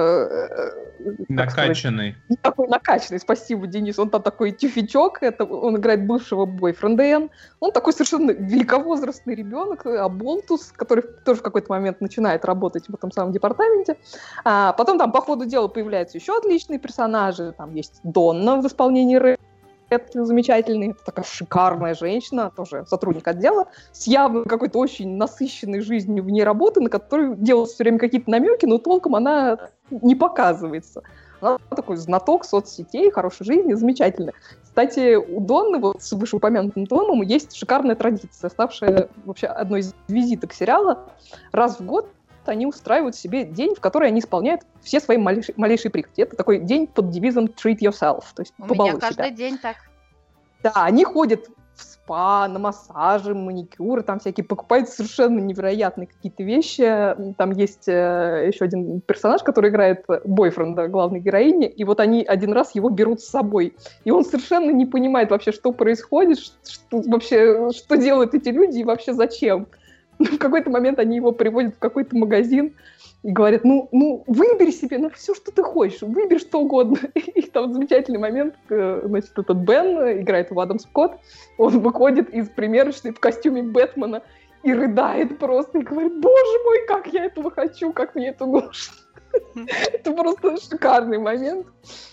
Э, накачанный. Сказать, не такой накачанный, спасибо, Денис. Он там такой тюфячок, это, он играет бывшего бойфренда Энн. Он такой совершенно великовозрастный ребенок, оболтус, который тоже в какой-то момент начинает работать в этом самом департаменте. А потом там по ходу дела появляются еще отличные персонажи. Там есть Донна в исполнении Рэй. Это замечательный, это такая шикарная женщина, тоже сотрудник отдела, с явно какой-то очень насыщенной жизнью вне работы, на которую делают все время какие-то намеки, но толком она не показывается. Она такой знаток соцсетей, хорошей жизни, замечательно. Кстати, у Донны, вот с вышеупомянутым Томом, есть шикарная традиция, ставшая вообще одной из визиток сериала. Раз в год они устраивают себе день, в который они исполняют все свои малейшие, малейшие прихоти. Это такой день под девизом «treat yourself», то есть у побалуй меня каждый себя. день так. Да, они ходят в спа, на массажи, маникюры, там всякие, покупают совершенно невероятные какие-то вещи. Там есть э, еще один персонаж, который играет бойфренда главной героини, и вот они один раз его берут с собой. И он совершенно не понимает вообще, что происходит, что, вообще, что делают эти люди и вообще зачем. В какой-то момент они его приводят в какой-то магазин и говорят, ну, ну выбери себе ну, все, что ты хочешь, выбери что угодно. И там замечательный момент, значит, этот Бен, играет его Адам Скотт, он выходит из примерочной в костюме Бэтмена и рыдает просто, и говорит, боже мой, как я этого хочу, как мне это нужно. Это просто шикарный момент.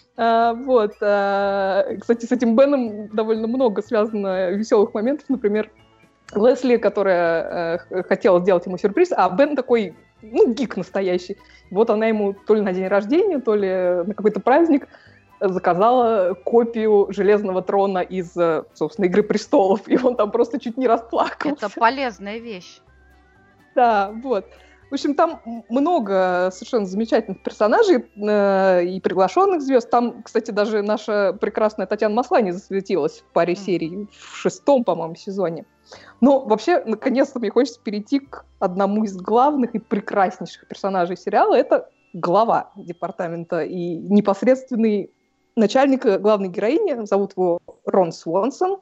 Вот. Кстати, с этим Беном довольно много связано веселых моментов, например, Лесли, которая э, хотела сделать ему сюрприз, а Бен такой, ну, гик настоящий. Вот она ему то ли на день рождения, то ли на какой-то праздник заказала копию Железного трона из, собственно, «Игры престолов», и он там просто чуть не расплакался. Это полезная вещь. Да, вот. В общем, там много совершенно замечательных персонажей э, и приглашенных звезд. Там, кстати, даже наша прекрасная Татьяна Маслани засветилась в паре серий, в шестом, по-моему, сезоне. Но вообще, наконец-то мне хочется перейти к одному из главных и прекраснейших персонажей сериала. Это глава департамента и непосредственный начальник главной героини. Зовут его Рон Свонсон.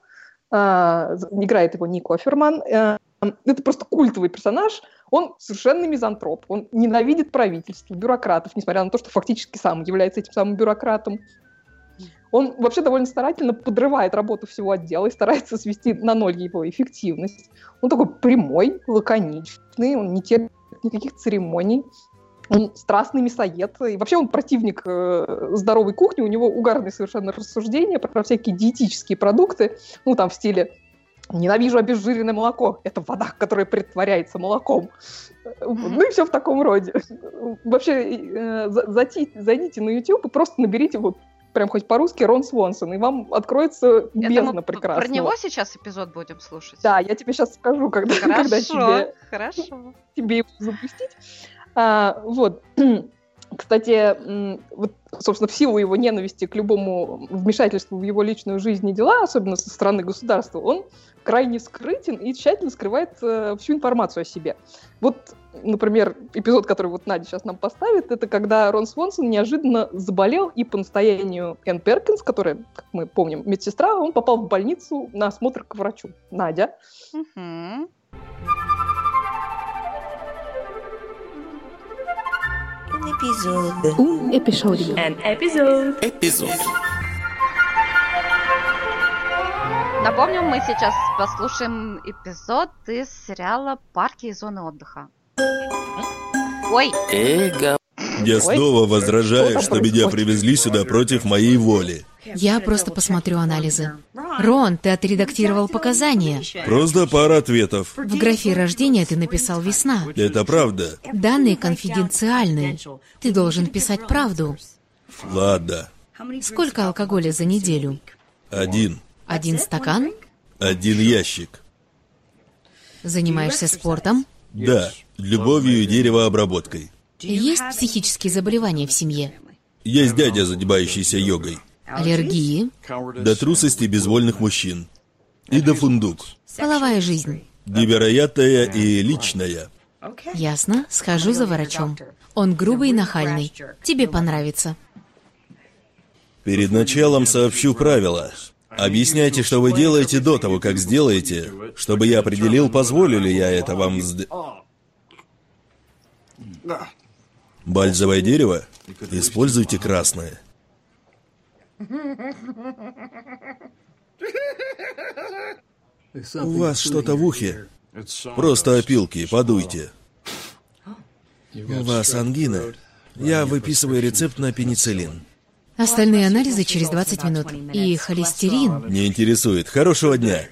Э, играет его Ник Оферман. Э, это просто культовый персонаж. Он совершенно мизантроп. Он ненавидит правительство, бюрократов, несмотря на то, что фактически сам является этим самым бюрократом. Он вообще довольно старательно подрывает работу всего отдела и старается свести на ноль его эффективность. Он такой прямой, лаконичный, он не терпит никаких церемоний. Он страстный мясоед. И вообще он противник э, здоровой кухни. У него угарные совершенно рассуждения про всякие диетические продукты. Ну, там в стиле «ненавижу обезжиренное молоко». Это вода, которая притворяется молоком. Mm-hmm. Ну и все в таком роде. Вообще, э, зайдите, зайдите на YouTube и просто наберите вот прям хоть по-русски Рон Свонсон, и вам откроется бездна прекрасного. Про него сейчас эпизод будем слушать? Да, я тебе сейчас скажу, когда, хорошо, когда тебе, хорошо. тебе его запустить. А, вот. Кстати, вот, собственно, в силу его ненависти к любому вмешательству в его личную жизнь и дела, особенно со стороны государства, он крайне скрытен и тщательно скрывает э, всю информацию о себе. Вот, например, эпизод, который вот Надя сейчас нам поставит, это когда Рон Свонсон неожиданно заболел, и по настоянию Энн Перкинс, которая, как мы помним, медсестра, он попал в больницу на осмотр к врачу. Надя. Угу. Un episodio. An episode. Эпизод. Напомню, мы сейчас послушаем эпизод из сериала «Парки и зоны отдыха». Ой! Эго. Я снова возражаю, что меня привезли сюда против моей воли. Я просто посмотрю анализы. Рон, ты отредактировал показания. Просто пара ответов. В графе рождения ты написал «весна». Это правда. Данные конфиденциальны. Ты должен писать правду. Ладно. Сколько алкоголя за неделю? Один. Один стакан? Один ящик. Занимаешься спортом? Да, любовью и деревообработкой. Есть психические заболевания в семье? Есть дядя, занимающийся йогой. Аллергии? До трусости безвольных мужчин. И до фундук. Половая жизнь? Невероятная и личная. Ясно, схожу за врачом. Он грубый и нахальный. Тебе понравится. Перед началом сообщу правила. Объясняйте, что вы делаете до того, как сделаете, чтобы я определил, позволю ли я это вам сд... Бальзовое дерево? Используйте красное. У вас что-то в ухе? Просто опилки, подуйте. У вас ангина? Я выписываю рецепт на пенициллин. Остальные анализы через двадцать минут. И холестерин. Не интересует. Хорошего дня.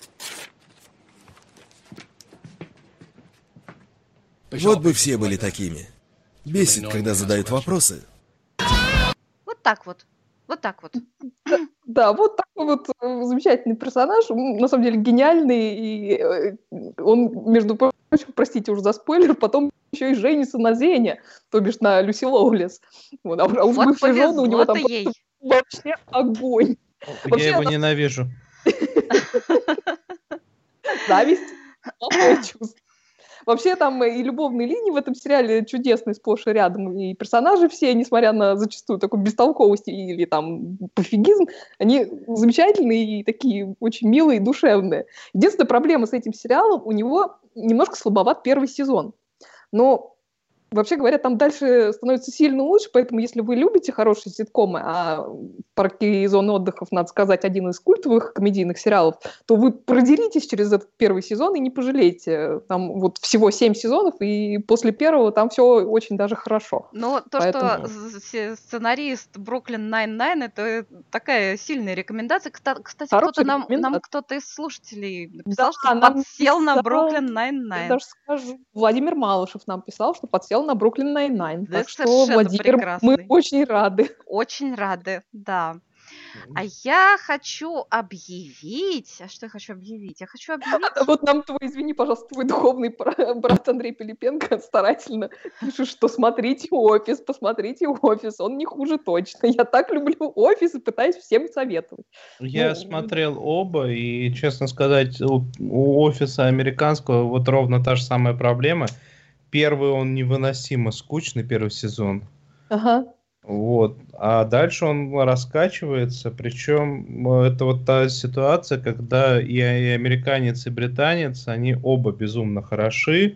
Вот бы все были такими. Бесит, когда задают вопросы. Вот так вот. Вот так вот. Да, вот такой вот э, замечательный персонаж, м, на самом деле гениальный, и э, он, между прочим, простите уж за спойлер, потом еще и женится на Зене, то бишь на Люси Лоулес. Вот, а уж Вот бывшая жена у него там повезло-то ей. вообще огонь. Вообще, Я его она- ненавижу. Зависть, плохое чувство. Вообще там и любовные линии в этом сериале чудесные сплошь и рядом, и персонажи все, несмотря на зачастую такую бестолковость или там пофигизм, они замечательные и такие очень милые и душевные. Единственная проблема с этим сериалом, у него немножко слабоват первый сезон. Но вообще говоря, там дальше становится сильно лучше, поэтому если вы любите хорошие ситкомы, а «Парки и зоны отдыхов», надо сказать, один из культовых комедийных сериалов, то вы продеритесь через этот первый сезон и не пожалеете. Там вот всего семь сезонов, и после первого там все очень даже хорошо. Но то, Поэтому- что з- с- сценарист Бруклин Найн-Найн, это такая сильная рекомендация. Кста- Кстати, кто-то Хорошая нам, нам рекомендация. кто-то из слушателей написал, Да, что нам подсел на писал. Бруклин Я Найн-Найн. даже скажу, Владимир Малышев нам писал, что подсел на Бруклин Найн-Найн. Да, Так что, совершенно Владимир, мы прекрасный. очень рады. Очень рады, да. А я хочу объявить... А что я хочу объявить? Я хочу объявить... А вот нам твой, извини, пожалуйста, твой духовный пра- брат Андрей Пилипенко старательно пишет, что смотрите «Офис», посмотрите «Офис», он не хуже точно. Я так люблю «Офис» и пытаюсь всем советовать. Я Ну, смотрел оба, и, честно сказать, у, у «Офиса» американского вот ровно та же самая проблема. Первый он невыносимо скучный, первый сезон. Ага. Вот. А дальше он раскачивается, причем это вот та ситуация, когда и, и американец, и британец, они оба безумно хороши,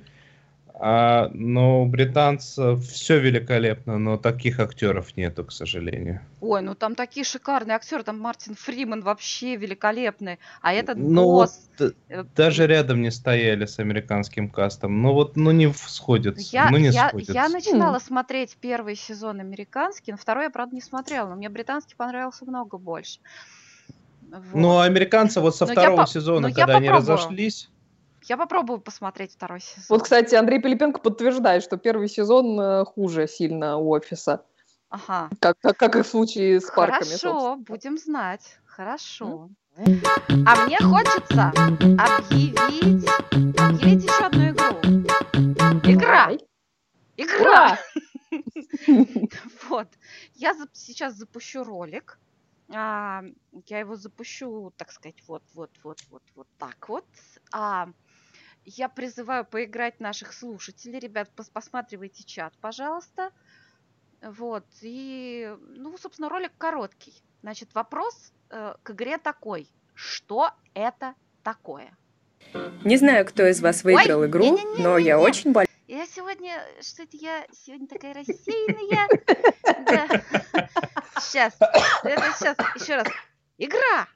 а, но у британцев все великолепно, но таких актеров нету, к сожалению. Ой, ну там такие шикарные актеры, там Мартин Фриман вообще великолепный, а этот Ну босс... вот, э, даже рядом не стояли с американским кастом, ну вот, ну не сходятся, Я, ну не я, сходятся. я начинала смотреть первый сезон американский, но второй я, правда, не смотрела, но мне британский понравился много больше. Вот. Ну, американцы вот со Но я второго по- сезона, но я когда они попробую. разошлись, Я попробую посмотреть второй сезон. Вот, кстати, Андрей Пилипенко подтверждает, что первый сезон э, хуже сильно у «Офиса», Ага. как, как, как и в случае с парками. Хорошо, собственно. будем знать. Хорошо. А мне хочется объявить, объявить еще одну игру. Игра! Давай. Игра! Ура! Вот. Я зап- сейчас запущу ролик. А, я его запущу, так сказать, вот, вот, вот, вот, вот так вот. А, я призываю поиграть наших слушателей. Ребят, пос- посматривайте чат, пожалуйста. Вот. И, ну, собственно, ролик короткий. Значит, вопрос э, к игре такой. Что это такое? Не знаю, кто из вас выиграл Ой, игру, не-не-не-не-не. но я очень болею. Я сегодня... Что это я сегодня такая рассеянная? Да. Сейчас. Это сейчас. Еще раз. Игра!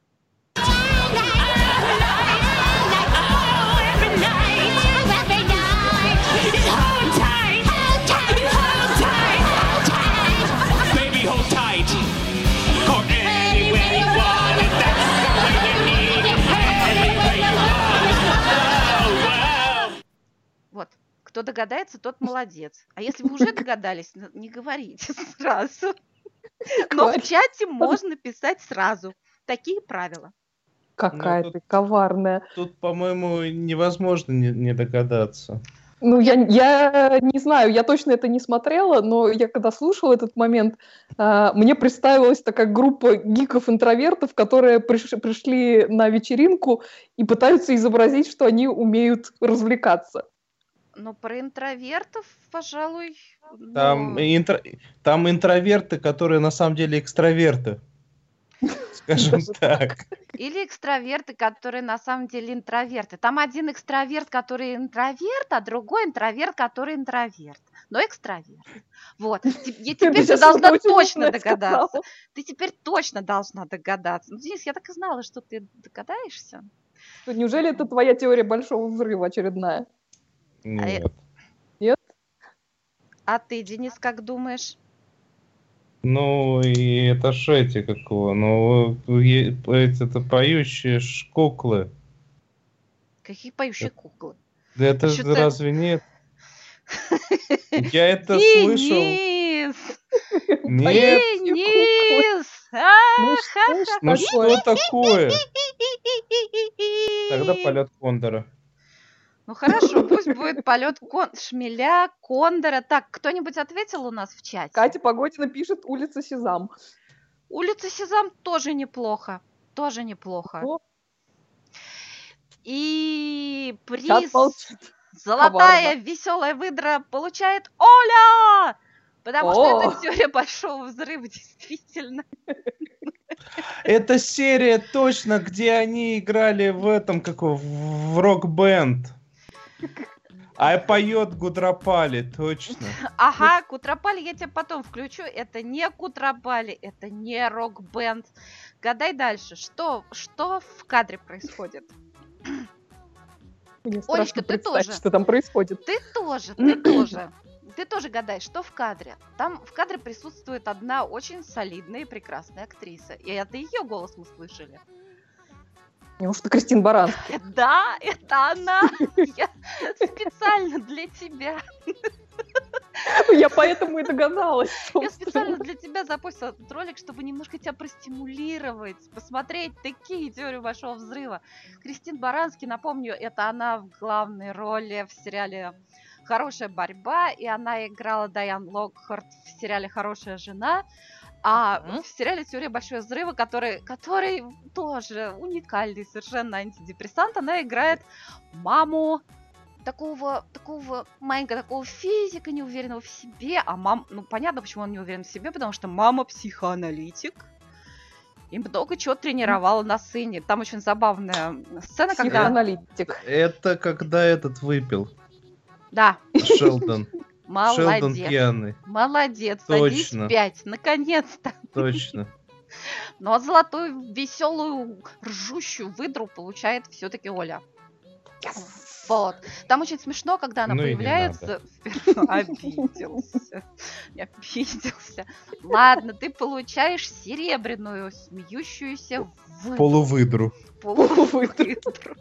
Baby, hold tight. Go anywhere you want, and that's the way you need it. Anywhere you want. Oh, wow. Вот. Кто догадается, тот молодец. А если вы уже догадались, н- не говорите сразу. Но в Говори. чате можно писать сразу. Такие правила. Какая Ну, ты тут- коварная. Тут, по-моему, невозможно не, не догадаться. Ну, я, я не знаю, я точно это не смотрела, но я когда слушала этот момент, а, мне представилась такая группа гиков-интровертов, которые приш- пришли на вечеринку и пытаются изобразить, что они умеют развлекаться. Но про интровертов, пожалуй... Там, ну, интро- там интроверты, которые на самом деле экстраверты. Скажем Даже так. Или экстраверты, которые на самом деле интроверты. Там один экстраверт, который интроверт, а другой интроверт, который интроверт. Но экстраверт. Вот. Те- я Ты Теперь ты сейчас должна что-то очень точно умное догадаться. сказала. Ты теперь точно должна догадаться. Ну, Денис, я так и знала, что ты догадаешься. Что, неужели это твоя теория большого взрыва очередная? Нет. Нет? А ты, Денис, как думаешь? Ну, и это ж эти, как его, ну, е- эти это поющие ж куклы. Какие поющие куклы? Да это Ещё же ты- разве нет? Я это слышал. Денис! Нет, Денис! Ну что ж ну такое? что такое? Тогда полет кондора. Ну хорошо, пусть будет полет кон- шмеля, кондора. Так, кто-нибудь ответил у нас в чате? Катя Погодина пишет «Улица Сезам». Улица Сезам тоже неплохо. Тоже неплохо. О, И приз чат молчит. «Золотая Коварно. веселая выдра» получает Оля! Потому что О! это теория большого взрыва, действительно. Это серия точно, где они играли в этом, как его, в рок-бенд. А поет Гудропали, точно. Ага, Кутропали я тебе потом включу. Это не Кутропали, это не рок-бенд. Гадай дальше. Что, что в кадре происходит? Мне Олечка, страшно ты представить, тоже. что там происходит. Ты тоже, ты тоже. Ты тоже гадай, что в кадре. Там в кадре присутствует одна очень солидная и прекрасная актриса. И это ее голос мы слышали. Неужто Кристин Баранский? Да, это она. Я специально для тебя. Я поэтому и догадалась. Я собственно. специально для тебя запустила этот ролик, чтобы немножко тебя простимулировать, посмотреть такие теории большого взрыва. Кристин Баранский, напомню, это она в главной роли в сериале «Хорошая борьба», и она играла Дайан Локхарт в сериале «Хорошая жена». А в сериале «Теория большого взрыва», который, который тоже уникальный совершенно антидепрессант, она играет маму такого, такого маленького, такого физика, неуверенного в себе. А мам, ну понятно, почему он не уверен в себе, потому что мама психоаналитик. И много чего тренировала на сцене. Там очень забавная сцена, когда... Психоаналитик. Это когда этот выпил. Да, Шелдон. Шелдон молодец. пьяный. Молодец, Точно. садись пять, наконец-то. Точно. Но золотую, веселую, ржущую выдру получает все-таки Оля. Вот. Там очень смешно, когда она Ну и не появляется. Обиделся. Обиделся. Ладно, ты получаешь серебряную, смеющуюся выдру. Полувыдру. Полувыдру.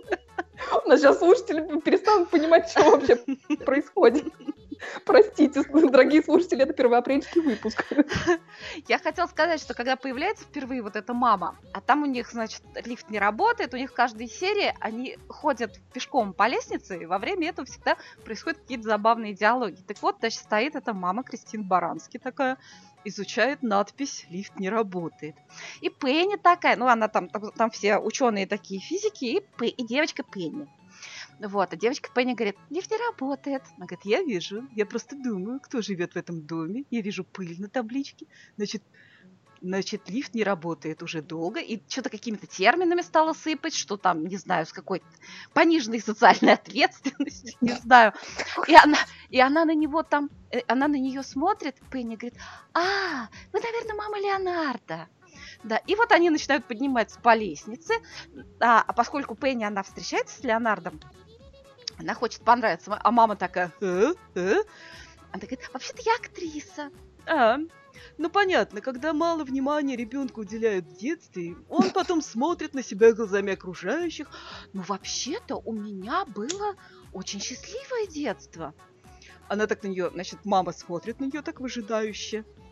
У нас сейчас слушатели перестанут понимать, что вообще происходит. Простите, дорогие слушатели, это первоапрельский выпуск. Я хотела сказать, что когда появляется впервые вот эта мама, а там у них, значит, лифт не работает, у них в каждой серии они ходят пешком по лестнице, и во время этого всегда происходят какие-то забавные диалоги. Так вот, значит, стоит эта мама Кристин Баранский такая, изучает надпись «Лифт не работает». И Пенни такая, ну она там, там, там все ученые такие физики, и, Пе- и девочка Пенни. Вот, а девочка Пенни говорит, лифт не работает. Она говорит, я вижу, я просто думаю, кто живет в этом доме. Я вижу пыль на табличке. Значит, значит, лифт не работает уже долго. И что-то какими-то терминами стала сыпать, что там, не знаю, с какой-то пониженной социальной ответственностью, не знаю. И она, и она на него там, э, она на нее смотрит, Пенни говорит, а, вы, наверное, мама Леонардо. Да, и вот они начинают подниматься по лестнице, а, а поскольку Пенни, она встречается с Леонардом, она хочет понравиться, а мама такая, э? Э? Она говорит, вообще-то я актриса. А, ну понятно, когда мало внимания ребенку уделяют в детстве, он потом смотрит на себя глазами окружающих. Ну вообще-то у меня было очень счастливое детство. Она так на нее, значит, мама смотрит на нее так выжидающе.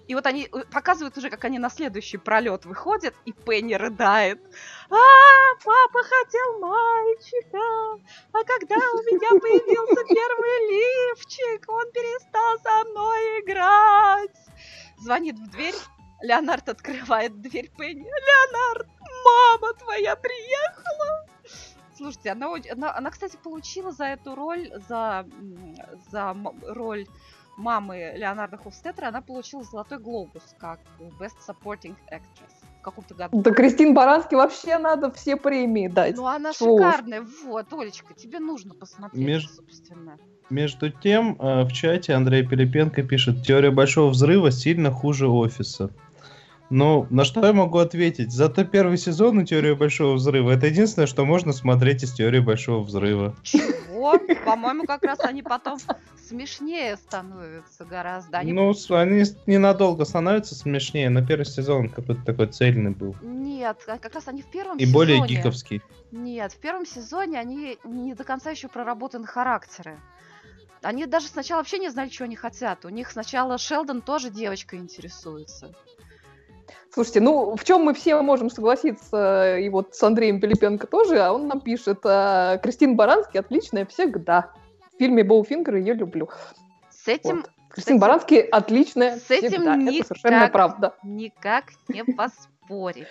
И вот они показывают уже, как они на следующий пролет выходят, и Пенни рыдает. А, папа хотел мальчика, а когда у меня появился первый лифчик, он перестал со мной играть. Звонит в дверь, Леонард открывает дверь Пенни. Леонард, мама твоя приехала. Слушайте, она, она, она, кстати, получила за эту роль, за, за роль мамы Леонарда Хофстеттера, она получила «Золотой глобус» как Best Supporting Actress в каком-то году. Да Кристин Барански вообще надо все премии дать. Ну, она Шо? шикарная. Вот, Олечка, тебе нужно посмотреть, Меж... собственно. Между тем, в чате Андрей Пилипенко пишет: «Теория большого взрыва сильно хуже «Офиса». Ну, на что я могу ответить? Зато первый сезон у «Теории большого взрыва» — это единственное, что можно смотреть из «Теории большого взрыва». Чего? По-моему, как раз они потом смешнее становятся гораздо. Они... Ну, они ненадолго становятся смешнее, но первый сезон какой-то такой цельный был. Нет, как раз они в первом И сезоне... более гиковский. Нет, в первом сезоне они не до конца еще проработаны характеры. Они даже сначала вообще не знали, чего они хотят. У них сначала Шелдон тоже девочкой интересуется. Слушайте, ну в чем мы все можем согласиться, и вот с Андреем Пилипенко тоже, а он нам пишет: а, Кристин Барански отличная всегда. В фильме «Боуфингер» ее люблю. С этим... Вот. Кристин этим, Барански отличная с этим всегда. Никак, это совершенно правда. Никак не поспорить.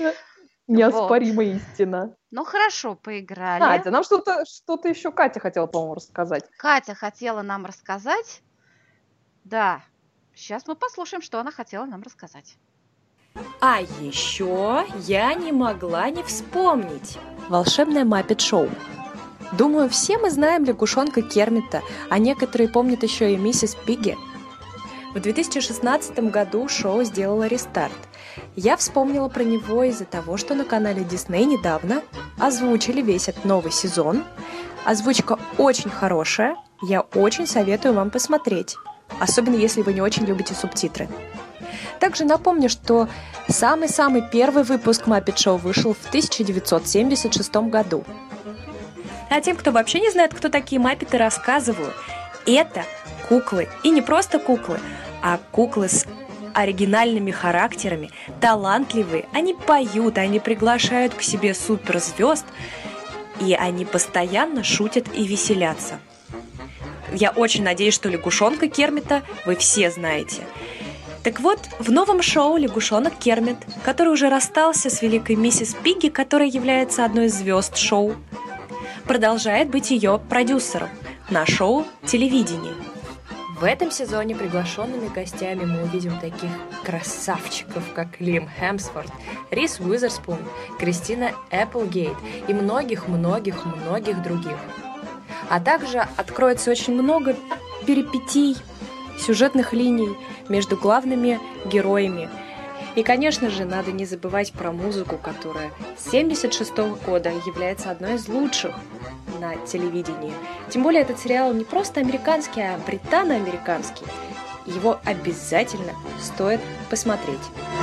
Неоспоримая истина. Ну хорошо, поиграли. Надя, нам что-то, что-то еще Катя хотела, по-моему, рассказать. Катя хотела нам рассказать. Да. Сейчас мы послушаем, что она хотела нам рассказать. А еще я не могла не вспомнить волшебное Маппет Шоу. Думаю, все мы знаем лягушонка Кермита, а некоторые помнят еще и миссис Пигги. В две тысячи шестнадцатом году шоу сделало рестарт. Я вспомнила про него из-за того, что на канале Disney недавно озвучили весь этот новый сезон. Озвучка очень хорошая, я очень советую вам посмотреть, особенно если вы не очень любите субтитры. Также напомню, что самый-самый первый выпуск Muppet Show вышел в тысяча девятьсот семьдесят шестом году. А тем, кто вообще не знает, кто такие Маппеты, рассказываю. Это куклы. И не просто куклы, а куклы с оригинальными характерами, талантливые. Они поют, они приглашают к себе суперзвезд, и они постоянно шутят и веселятся. Я очень надеюсь, что лягушонка Кермита вы все знаете. Так вот, в новом шоу лягушонок Кермит, который уже расстался с великой миссис Пигги, которая является одной из звезд шоу, продолжает быть ее продюсером на шоу телевидения. В этом сезоне приглашенными гостями мы увидим таких красавчиков, как Лиам Хемсворт, Риз Уизерспун, Кристина Эпплгейт и многих-многих-многих других. А также откроется очень много перипетий, сюжетных линий между главными героями. И, конечно же, надо не забывать про музыку, которая с семьдесят шестого года является одной из лучших на телевидении. Тем более этот сериал не просто американский, а британо-американский. Его обязательно стоит посмотреть.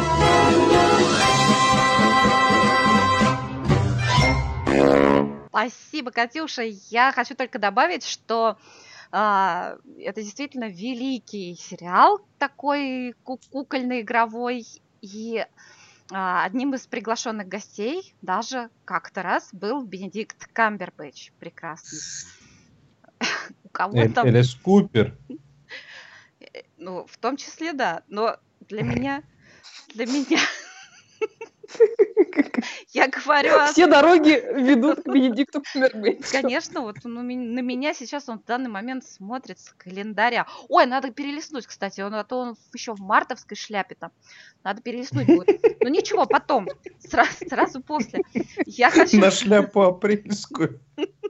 Спасибо, Катюша. Я хочу только добавить, что а, это действительно великий сериал, такой кукольный, игровой. И а, одним из приглашенных гостей даже как-то раз был Бенедикт Камбербэтч. Прекрасный. У кого там... Элис Купер. Ну, в том числе, да. Но для меня... Для меня... Я говорю... Все дороги ведут к Бенедикту Камбербэтчу. Конечно, вот ну, на меня сейчас он в данный момент смотрит с календаря. Ой, надо перелистнуть, кстати, он, а то он еще в мартовской шляпе там. Надо перелистнуть будет. Ну ничего, потом, сразу, сразу после. Я хочу... На шляпу апрельскую.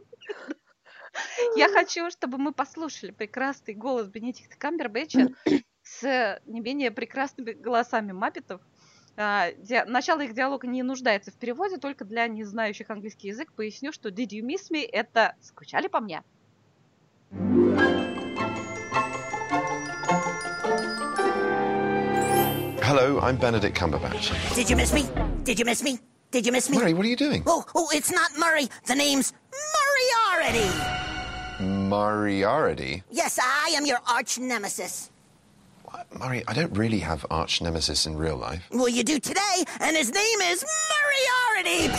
Я хочу, чтобы мы послушали прекрасный голос Бенедикта Камбербэтча с не менее прекрасными голосами маппетов. Uh, ди- начало их диалога не нуждается в переводе, только для не знающих английский язык поясню, что Did you miss me? Это скучали по мне? Hello, I'm Benedict Cumberbatch. Did you miss me? Did you miss me? Did you miss me? Murray, what are you doing? Oh, oh, it's not Murray. The name's Moriarty. Moriarty? Yes, I am your arch nemesis. Murray, I don't really have arch nemesis in real life. Well, you do today, and his name is Moriarty!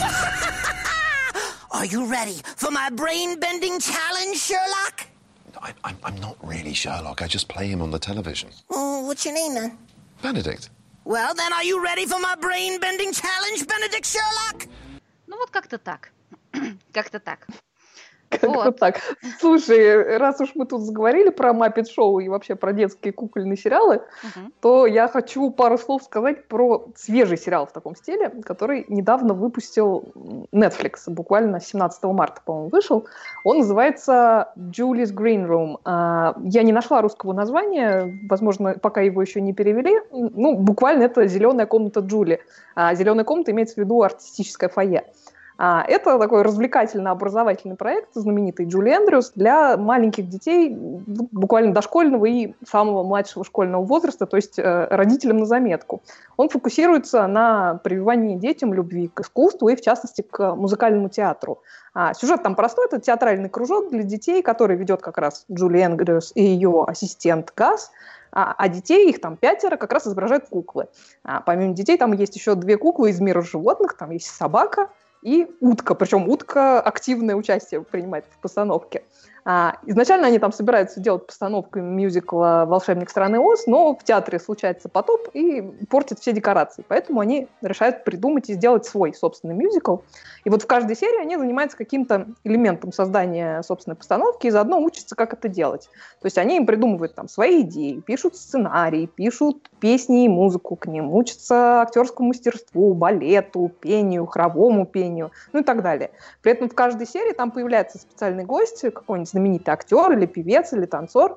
Are you ready for my brain-bending challenge, Sherlock? I, I'm, I'm not really Sherlock. I just play him on the television. Oh, what's your name, then? Benedict. Well, then, are you ready for my brain-bending challenge, Benedict Sherlock? Ну вот как-то так. Как-то так. Как-то Вот. так. Слушай, раз уж мы тут заговорили про Muppet Show и вообще про детские кукольные сериалы, Мгм. то я хочу пару слов сказать про свежий сериал в таком стиле, который недавно выпустил Netflix, буквально семнадцатого марта, по-моему, вышел. Он называется Julie's Green Room. А, Я не нашла русского названия, возможно, пока его еще не перевели. Ну, буквально это «Зеленая комната Джули». А «Зеленая комната» имеется в виду артистическое фойе. А, Это такой развлекательно-образовательный проект знаменитый Джули Эндрюс для маленьких детей, ну, буквально дошкольного и самого младшего школьного возраста, то есть э, родителям на заметку. Он фокусируется на прививании детям любви к искусству и, в частности, к музыкальному театру. А, Сюжет там простой, это театральный кружок для детей, который ведет как раз Джули Эндрюс и ее ассистент Газ. А а детей, их там пятеро, как раз изображают куклы. А помимо детей там есть еще две куклы из мира животных, там есть собака и утка, причем утка активное участие принимает в постановке. А, изначально они там собираются делать постановку мюзикла «Волшебник страны Оз», но в театре случается потоп и портит все декорации, поэтому они решают придумать и сделать свой собственный мюзикл. И вот в каждой серии они занимаются каким-то элементом создания собственной постановки и заодно учатся, как это делать. То есть они придумывают там свои идеи, пишут сценарии, пишут песни и музыку к ним, учатся актерскому мастерству, балету, пению, хоровому пению, ну и так далее. При этом в каждой серии там появляется специальный гость, какой-нибудь знаменитый актер или певец или танцор,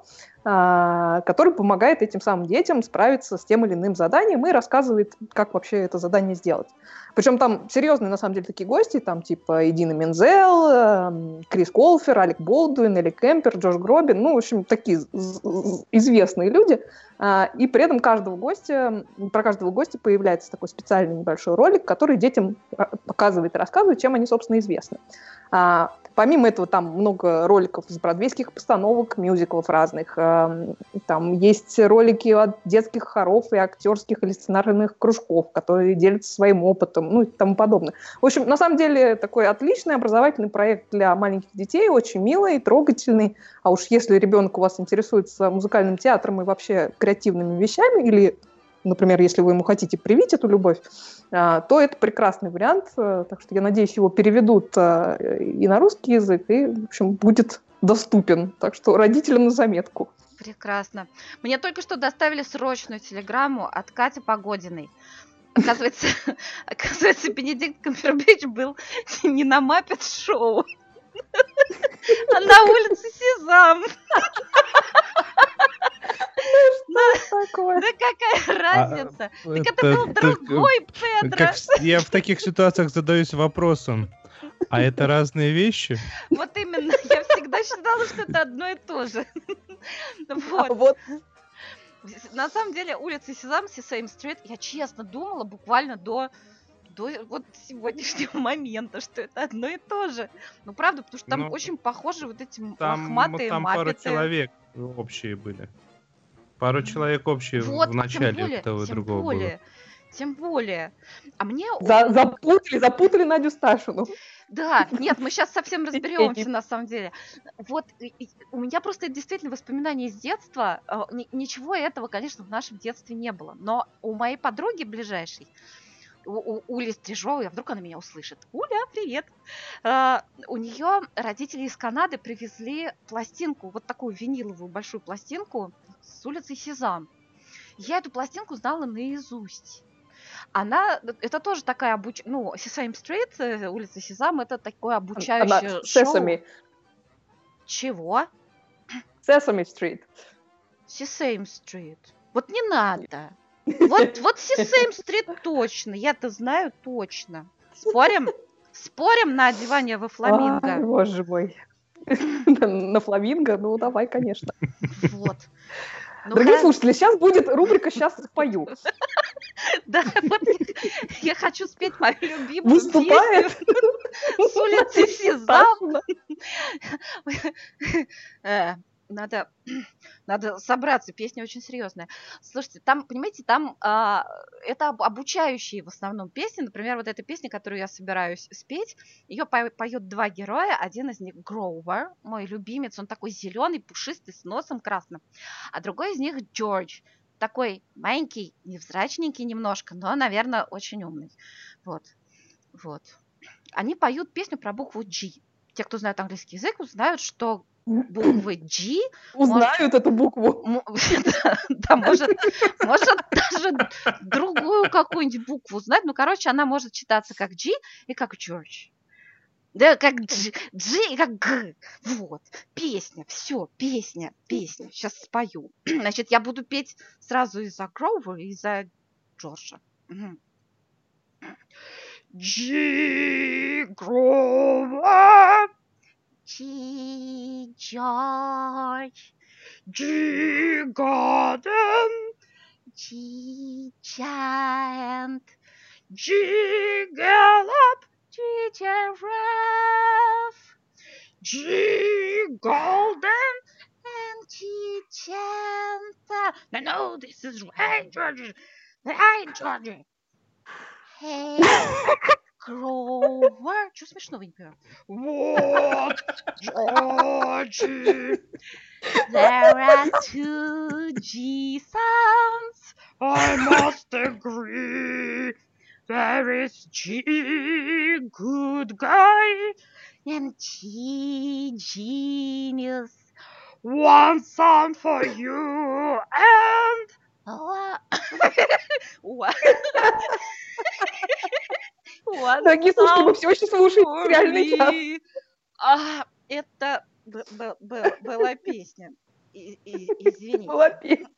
а, который помогает этим самым детям справиться с тем или иным заданием и рассказывает, как вообще это задание сделать. Причем там серьезные, на самом деле, такие гости, там типа Идина Мензел, эм, Крис Колфер, Алек Болдуин, Элли Кемпер, Джош Гробин, ну, в общем, такие з- з- известные люди. А, И при этом каждого гостя, про каждого гостя появляется такой специальный небольшой ролик, который детям а, показывает и рассказывает, чем они, собственно, известны. А, Помимо этого, там много роликов из бродвейских постановок, мюзиклов разных. Эм, Там есть ролики от детских хоров и актерских или сценарных кружков, которые делятся своим опытом, ну и тому подобное. В общем, на самом деле, такой отличный образовательный проект для маленьких детей, очень милый, трогательный. А уж если ребенок у вас интересуется музыкальным театром и вообще креативными вещами, или, например, если вы ему хотите привить эту любовь, а, то это прекрасный вариант. а, Так что я надеюсь, его переведут а, и на русский язык, и, в общем, будет доступен. Так что родителям на заметку. Прекрасно. Мне только что доставили срочную телеграмму от Кати Погодиной. Оказывается, оказывается, Бенедикт Камбербэтч был не на Muppet Show, а на улице Сезам. Такое. Да какая разница? Так это это был так, другой Педро. Как в- я в таких ситуациях задаюсь вопросом, а это разные вещи? Вот именно, я всегда считала, что это одно и то же. А Вот. вот На самом деле, улица Сезам, Sesame Street, я честно думала буквально до, до вот сегодняшнего момента, что это одно и то же. Ну, правда, потому что там Ну, очень похожи вот эти Там, лохматые там пару маппеты. человек общие были. Пару человек общие Вот, в тем начале более, того и тем другого было. более, тем более. А мне... за- запутали, запутали Надю Сташину. Да, нет, мы сейчас совсем разберемся, Детей. на самом деле. Вот и- и у меня просто это действительно воспоминания из детства. Э, ни- Ничего этого, конечно, в нашем детстве не было. Но у моей подруги ближайшей, у, у Ули Стрижовой, а вдруг она меня услышит. Уля, привет! Э, У нее родители из Канады привезли пластинку, вот такую виниловую большую пластинку с улицы Сезам. Я эту пластинку знала наизусть. Она, это тоже такая обуч... ну, Sesame Street, э, улица Сезам, это такое обучающее Она шоу. Sesame. Чего? Sesame Street. Sesame Street. Вот не надо. Вот, вот Sesame Street точно, я-то знаю точно. Спорим? Спорим на одевание во Ай, фламинго? боже мой. На на фламинго? Ну, давай, конечно. Вот. Ну, Дорогие ха- слушатели, сейчас будет рубрика «Сейчас спою». Да, вот я хочу спеть мою любимую Выступает песню с улицы Сезам. Сташина. Э, надо, надо собраться, песня очень серьезная. Слушайте, там, понимаете, там а, это об- обучающие в основном песни. Например, вот эта песня, которую я собираюсь спеть, ее по- поют два героя. Один из них Гроувер, мой любимец, он такой зеленый, пушистый, с носом красным. А другой из них Джордж, такой маленький, невзрачненький немножко, но, наверное, очень умный. Вот, вот. Они поют песню про букву G. Те, кто знает английский язык, знают, что буквы G... Узнают может, эту букву. М- да, да, может, может даже другую какую-нибудь букву знать. Ну, короче, она может читаться как G и как George. Да, как G, G и как G. Вот, песня, все, песня, песня. Сейчас спою. Значит, я буду петь сразу и за Гроувера, и за Джорджа. Угу. G Grover, G George, G Garden, G Giant, G Gallop, G Giraffe, G Golden, and G Chanta. No, no, this is right, George. Right, George. Hey, Grover. Чего смешного, не понимаю? Вот, Georgie. There are two G sounds. I must agree. There is G, good guy, and G, genius. One sound for you and... Дорогие слушатели, вы все еще слушаете «Сериальный час». А, это б- б- б- была песня. И- и- Извините. Была песня.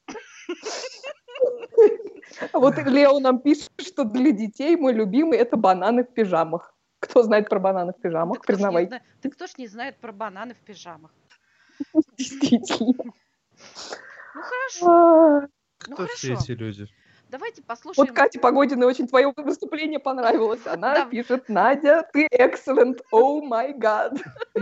А вот Лео нам пишет, что для детей мой любимый – это бананы в пижамах. Кто знает про бананы в пижамах? Да кто ж не Признавайте. зна- да кто ж не знает про бананы в пижамах? Действительно. Ну хорошо, А, ну Кто все хорошо. эти люди? Давайте послушаем. Вот Кате Погодиной очень твое выступление понравилось. Она Да. пишет: Надя, ты excellent, oh my god.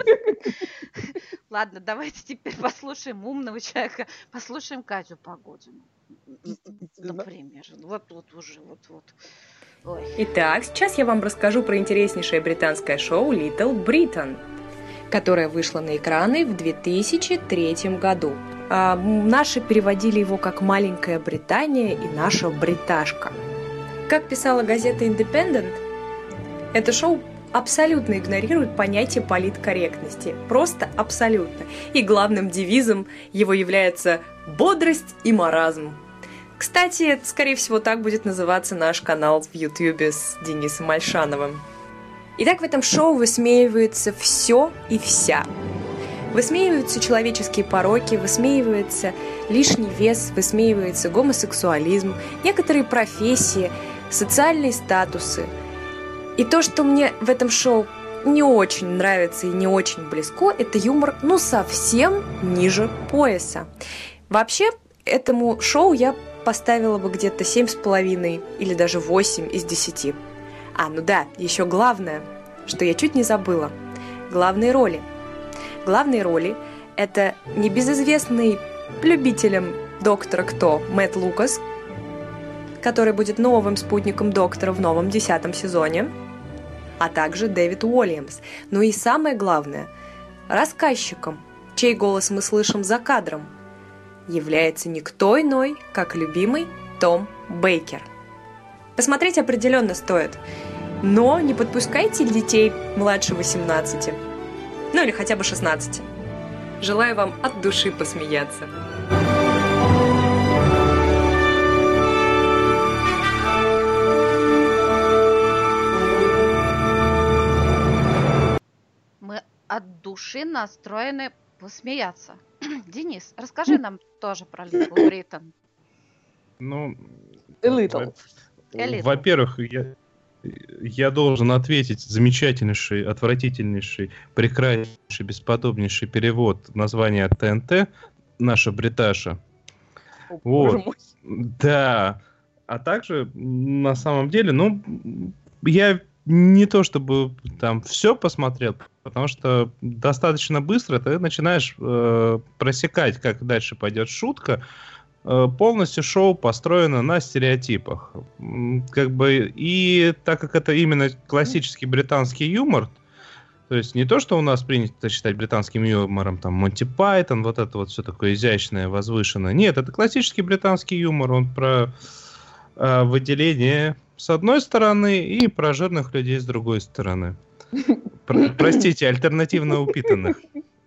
Ладно, давайте теперь послушаем умного человека, послушаем Катю Погодину. Например, вот вот уже, вот вот. Ой. Итак, сейчас я вам расскажу про интереснейшее британское шоу Little Britain, которое вышло на экраны в две тысячи третьем году. А, наши переводили его как «Маленькая Британия» и «Наша бриташка». Как писала газета Independent, это шоу абсолютно игнорирует понятие политкорректности. Просто абсолютно. И главным девизом его является «бодрость и маразм». Кстати, скорее всего, так будет называться наш канал в Ютьюбе с Денисом Альшановым. Итак, в этом шоу высмеивается все и вся. Высмеиваются человеческие пороки, высмеивается лишний вес, высмеивается гомосексуализм, некоторые профессии, социальные статусы. И то, что мне в этом шоу не очень нравится и не очень близко, это юмор, ну, совсем ниже пояса. Вообще, этому шоу я поставила бы где-то семь с половиной или даже восемь из десяти. А, ну да, еще главное, что я чуть не забыла. Главные роли. Главные роли – это небезызвестный любителям Доктора Кто Мэтт Лукас, который будет новым спутником Доктора в новом десятом сезоне, а также Дэвид Уильямс. Ну и самое главное – рассказчиком, чей голос мы слышим за кадром, является никто иной, как любимый Том Бейкер. Посмотреть определенно стоит, но не подпускайте детей младше восемнадцати. Ну или хотя бы шестнадцати. Желаю вам от души посмеяться. Мы от души настроены посмеяться. Денис, расскажи нам тоже про Little Britain. Ну, A little. A little. во-первых, я, я должен ответить замечательнейший, отвратительнейший, прекраснейший, бесподобнейший перевод названия ТНТ «Наша Бриташа». О, Вот. боже мой. Да. А также, на самом деле, ну, я не то чтобы там все посмотрел, потому что достаточно быстро ты начинаешь э, просекать, как дальше пойдет шутка. Э, полностью шоу построено на стереотипах. Как бы, и так как это именно классический британский юмор, то есть не то, что у нас принято считать британским юмором, там, Монти Пайтон, вот это вот все такое изящное, возвышенное. Нет, это классический британский юмор, он про э, выделение с одной стороны и про жирных людей с другой стороны. Про, простите, альтернативно упитанных.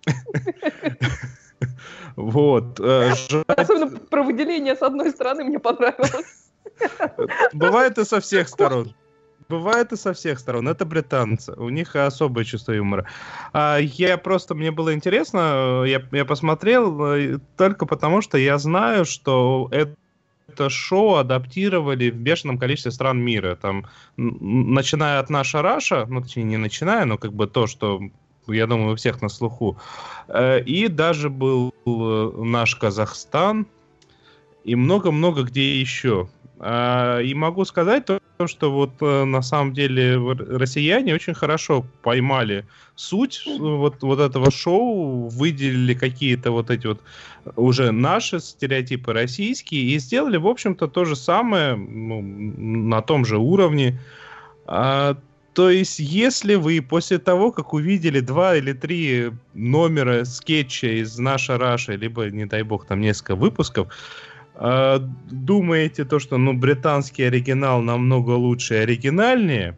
Вот. Особенно про выделение с одной стороны мне понравилось. Бывает и со всех сторон. Бывает и со всех сторон. Это британцы. У них особое чувство юмора. А я просто, мне было интересно, я, я посмотрел только потому, что я знаю, что это, это шоу адаптировали в бешеном количестве стран мира. Там, начиная от наша Раша, ну, точнее, не начиная, но как бы то, что, я думаю, у всех на слуху. И даже был наш Казахстан, и много-много где еще. И могу сказать то, что вот на самом деле россияне очень хорошо поймали суть вот, вот этого шоу, выделили какие-то вот эти вот уже наши стереотипы российские и сделали, в общем-то, то же самое, ну, на том же уровне. А, то есть, если вы после того, как увидели два или три номера скетча из «Наша Раша», либо, не дай бог, там несколько выпусков, думаете то, что ну, британский оригинал намного лучше и оригинальнее?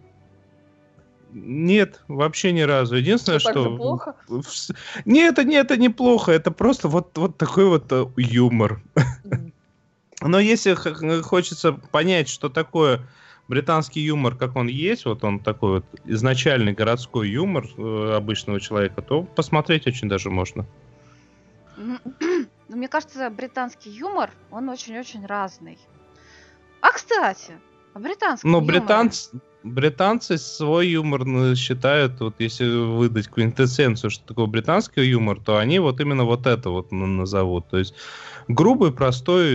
Нет, вообще ни разу. Единственное, что... что... Так же плохо? Нет, это, нет, это не плохо. Это просто вот, вот такой вот юмор. Mm. Но если хочется понять, что такое британский юмор, как он есть, вот он такой вот изначальный городской юмор обычного человека, то посмотреть очень даже можно. Но мне кажется, британский юмор, он очень-очень разный. А, кстати, о британском Но юморе. британцы, британцы свой юмор считают, вот если выдать квинтэссенцию, что такое британский юмор, то они вот именно вот это вот назовут. То есть грубый, простой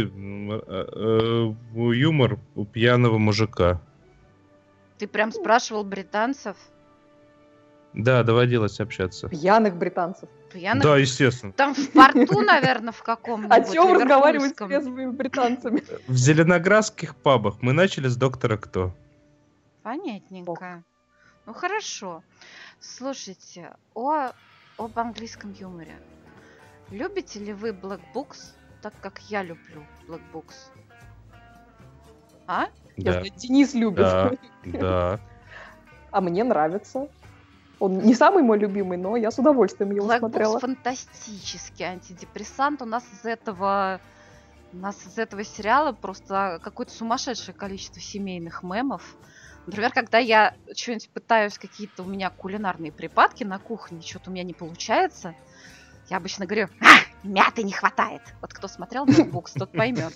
юмор у пьяного мужика. Ты прям спрашивал британцев? Да, доводилось общаться. Пьяных британцев. Пьяных? Да, естественно. Там в порту, наверное, в каком-нибудь. О чем разговаривать с трезвыми британцами? В зеленоградских пабах. Мы начали с «Доктора Кто». Понятненько. Ну, хорошо. Слушайте, о, об английском юморе. Любите ли вы Black Books, так как я люблю Black Books? А? Я знаю, Денис любит. Да, да. А мне нравится. Он не самый мой любимый, но я с удовольствием его Black смотрела. Books фантастический антидепрессант. У нас из этого, у нас из этого сериала просто какое-то сумасшедшее количество семейных мемов. Например, когда я что-нибудь пытаюсь, какие-то у меня кулинарные припадки на кухне, что-то у меня не получается, я обычно говорю: а, мяты не хватает. Вот кто смотрел Black Books, тот поймет.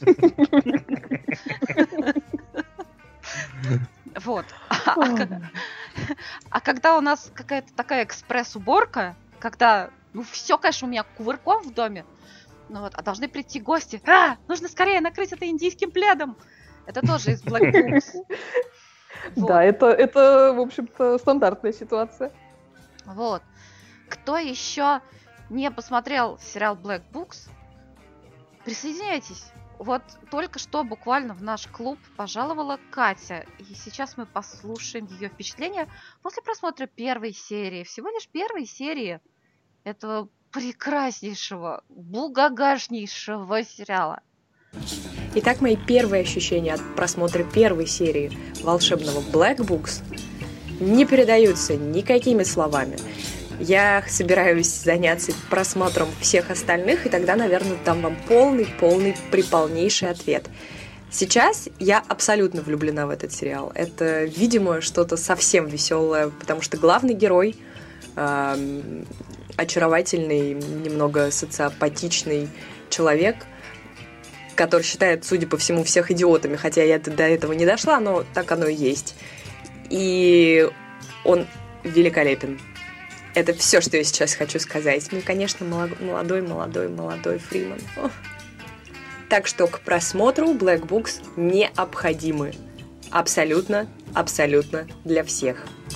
Вот. А, а, а когда у нас какая-то такая экспресс-уборка, когда, ну, все, конечно, у меня кувырком в доме, ну вот, а должны прийти гости. А, нужно скорее накрыть это индийским пледом. Это тоже из Black Books. Вот. Да, это, это, в общем-то, стандартная ситуация. Вот. Кто еще не посмотрел сериал Black Books, присоединяйтесь. Вот только что буквально в наш клуб пожаловала Катя, и сейчас мы послушаем ее впечатления после просмотра первой серии, всего лишь первой серии этого прекраснейшего, бугагашнейшего сериала. Итак, мои первые ощущения от просмотра первой серии волшебного Black Books не передаются никакими словами. Я собираюсь заняться просмотром всех остальных, и тогда, наверное, дам вам полный-полный, приполнейший ответ. Сейчас я абсолютно влюблена в этот сериал. Это, видимо, что-то совсем веселое, потому что главный герой э, очаровательный, немного социопатичный человек, который считает, судя по всему, всех идиотами, хотя я до этого не дошла, но так оно и есть. И он великолепен. Это все, что я сейчас хочу сказать. Ну и, конечно, молодой, молодой, молодой Фриман. Ох. Так что к просмотру Black Books необходимы. Абсолютно, абсолютно для всех.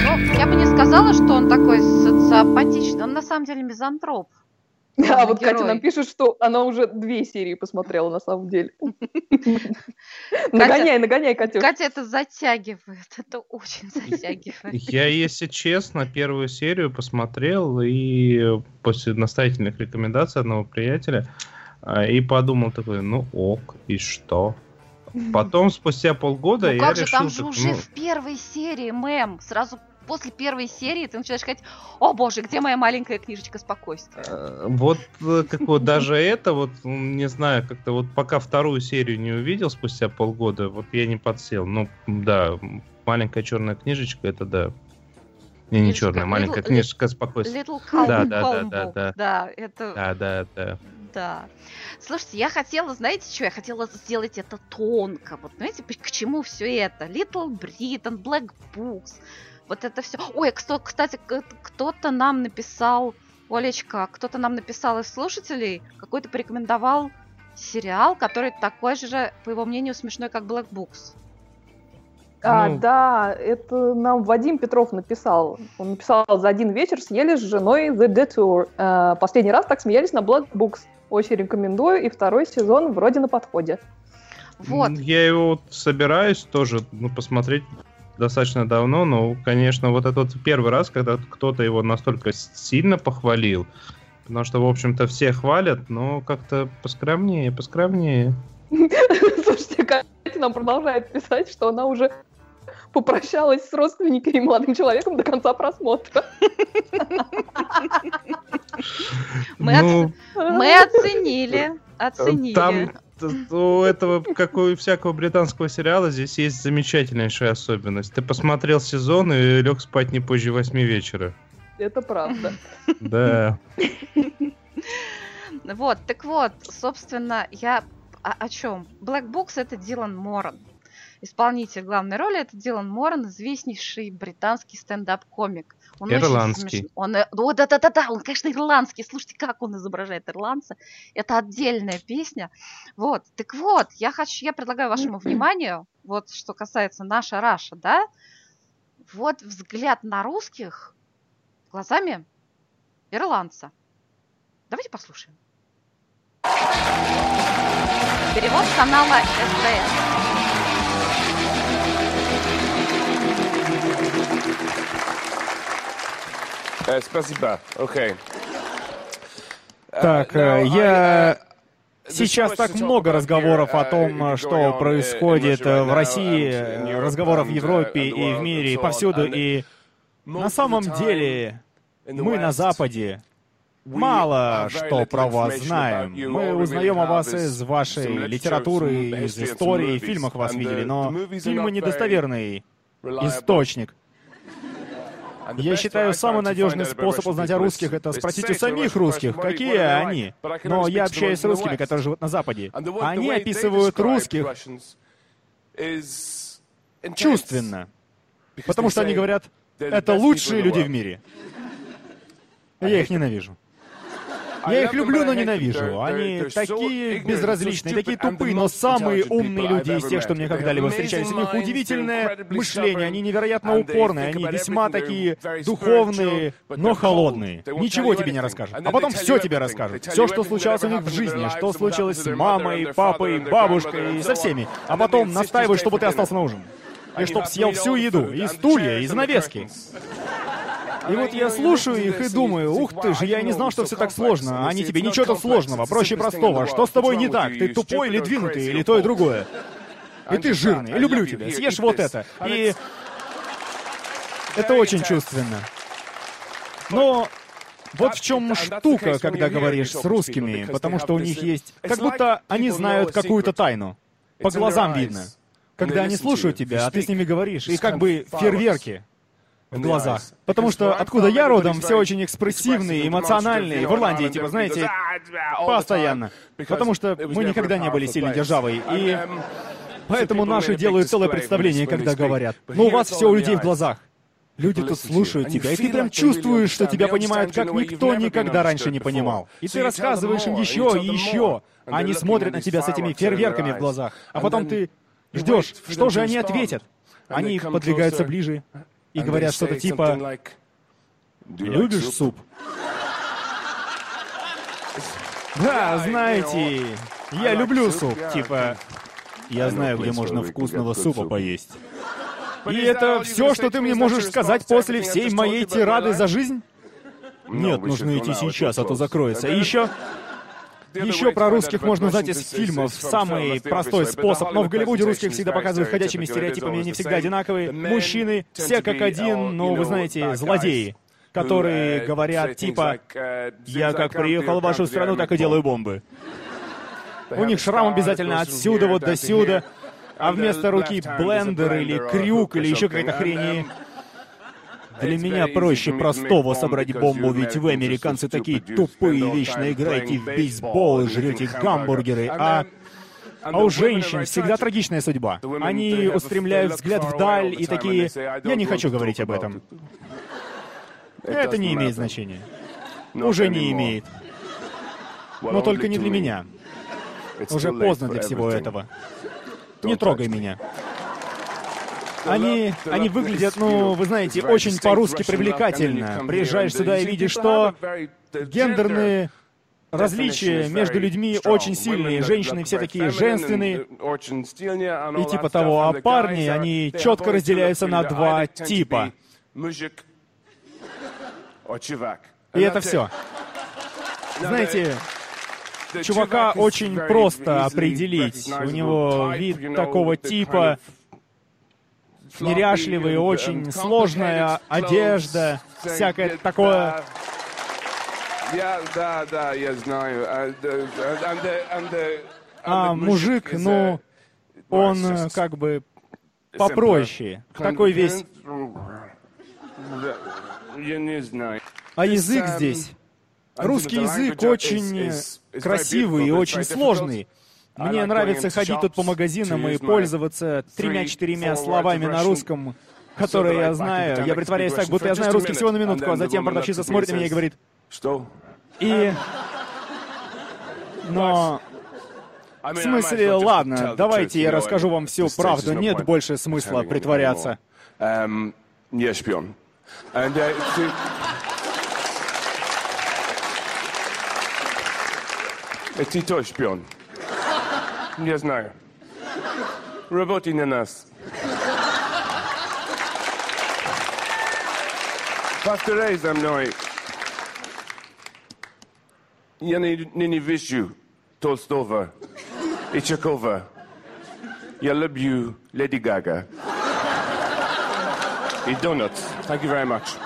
Ну, я бы не сказала, что он такой социопатичный. Он на самом деле мизантроп. А вот Катя нам пишет, что она уже две серии посмотрела на самом деле. Нагоняй, нагоняй, Катюш. Катя это затягивает, это очень затягивает. Я, если честно, первую серию посмотрел и после настоятельных рекомендаций одного приятеля и подумал такой, ну ок, и что? Потом, спустя полгода, ну, я как решил... же, там же так, уже ну... в первой серии, мэм, сразу после первой серии ты начинаешь сказать, о боже, где моя маленькая книжечка спокойствия? Вот как вот даже это, вот, не знаю, как-то вот пока вторую серию не увидел спустя полгода, вот я не подсел. Ну, да, маленькая черная книжечка, это да. Не, не черная, маленькая little, книжечка спокойствия. Little calm, да, да, calm да, да, да. Да, это... Да, да, да. Да. Слушайте, я хотела, знаете что, я хотела сделать это тонко. Вот, знаете, к чему все это? Little Britain, Black Books, вот это все. Ой, кстати, кто-то нам написал, Олечка, кто-то нам написал из слушателей, какой-то порекомендовал сериал, который такой же, по его мнению, смешной, как Black Books. А, Ну. да, это нам Вадим Петров написал. Он написал: за один вечер съели с женой The Detour. Э, последний раз так смеялись на Black Books. Очень рекомендую, и второй сезон вроде на подходе. Вот. Я его собираюсь тоже ну, посмотреть достаточно давно, но, конечно, вот этот вот первый раз, когда кто-то его настолько сильно похвалил, потому что, в общем-то, все хвалят, но как-то поскромнее, поскромнее. Слушайте, Катя нам продолжает писать, что она уже попрощалась с родственниками и молодым человеком до конца просмотра. Мы, Ну, оц- мы оценили, оценили. Там т- у этого, как у всякого британского сериала, здесь есть замечательнейшая особенность. Ты посмотрел сезон и лег спать не позже восьми вечера. Это правда. Да. Вот, так вот, собственно, я о, о чем? Black Books — это Дилан Моран. Исполнитель главной роли — это Дилан Моран, известнейший британский стендап-комик. Он Ирландский. Очень смешный. Он, э, о, да-да-да-да, он, конечно, ирландский. Слушайте, как он изображает ирландца. Это отдельная песня. Вот, так вот, я хочу, я предлагаю вашему вниманию, вот что касается наша Раша, да, вот взгляд на русских глазами ирландца. Давайте послушаем. Перевод с канала СТС. Э, спасибо. Окей. Так, э, я... Сейчас так много разговоров о том, что происходит в России, разговоров в Европе и в мире, и повсюду, и на самом деле мы на Западе мало что про вас знаем. Мы узнаем о вас из вашей литературы, из истории, в фильмах вас видели, но фильмы недостоверный источник. Я считаю, самый надежный способ узнать о русских — это спросить у самих русских, какие они. Но я общаюсь с русскими, которые живут на Западе. Они описывают русских чувственно. Потому что они говорят, это лучшие люди в мире. Я их ненавижу. Я их люблю, но ненавижу. Они такие безразличные, такие тупые, но самые умные люди из тех, что мне когда-либо встречались. У них удивительное мышление, они невероятно упорные, они весьма такие духовные, но холодные. Ничего тебе не расскажут. А потом все тебе расскажут. Все, что случалось у них в жизни, что случилось с мамой, папой, бабушкой и со всеми. А потом настаивают, чтобы ты остался на ужин. И чтоб съел всю еду, и стулья, и занавески. И вот я слушаю их и думаю, ух ты же, я и не знал, что все так сложно. Они тебе ничего тут сложного, проще простого. Что с тобой не так? Ты тупой или двинутый, или то и другое? И ты жирный, я люблю тебя, съешь вот это. И это очень чувственно. Но вот в чем штука, когда говоришь с русскими, потому что у них есть... Как будто они знают какую-то тайну. По глазам видно. Когда они слушают тебя, а ты с ними говоришь, и как бы фейерверки в глазах. Потому что откуда я родом, все очень экспрессивные, эмоциональные. В Ирландии, типа, знаете, постоянно. Потому что мы никогда не были сильной державой. И поэтому наши делают целое представление, когда говорят. Но у вас все у людей в глазах. Люди тут слушают тебя, и ты прям чувствуешь, что тебя понимают, как никто никогда раньше не понимал. И ты рассказываешь им еще и еще. Они смотрят на тебя с этими фейерверками в глазах. А потом ты ждешь, что же они ответят. Они подвигаются ближе. и говорят что-то типа «Любишь суп?» Да, знаете, я люблю суп. Типа, я знаю, где можно вкусного супа поесть. И это все, что ты мне можешь сказать после всей моей тирады за жизнь? Нет, нужно идти сейчас, а то закроется. И еще... Еще про русских можно узнать из фильмов. Самый простой способ. Но в Голливуде русских всегда показывают ходячими стереотипами, они всегда одинаковые. Мужчины все как один, но, вы знаете, злодеи, которые говорят типа «Я как приехал в вашу страну, так и делаю бомбы». У них шрам обязательно отсюда вот до сюда, а вместо руки блендер или крюк или еще какая-то хрень. Для меня проще простого собрать бомбу, ведь вы, американцы, такие тупые, вечно играете в бейсбол и жрете гамбургеры, а... А у женщин всегда трагичная судьба. Они устремляют взгляд вдаль и такие «Я не хочу говорить об этом». Это не имеет значения. Уже не имеет. Но только не для меня. Уже поздно для всего этого. Не трогай меня. Они, они выглядят, ну, вы знаете, очень по-русски привлекательно. Приезжаешь сюда и видишь, что гендерные различия между людьми очень сильные. Женщины все такие женственные и типа того, а парни, они четко разделяются на два типа. И это все. Знаете, чувака очень просто определить. У него вид такого типа, неряшливый, очень сложная одежда, всякое такое. Да, да, я знаю. А мужик, ну, он как бы попроще. Такой весь... Я не знаю. А язык здесь... Русский язык очень красивый и очень сложный. Мне нравится ходить тут по магазинам и пользоваться тремя-четырьмя словами на русском, которые я знаю. Я притворяюсь так, будто я знаю русский всего на минутку, а затем продавщица смотрит на меня и говорит... Что? И... Но... В смысле, ладно, давайте я расскажу вам всю правду. Нет больше смысла притворяться. Я шпион. Ты тоже шпион. Я знаю. Работай на нас. Повторяй за мной. Я ненавижу Толстого и Чехова. Я люблю Леди Гага. И Донатс. Thank you very much.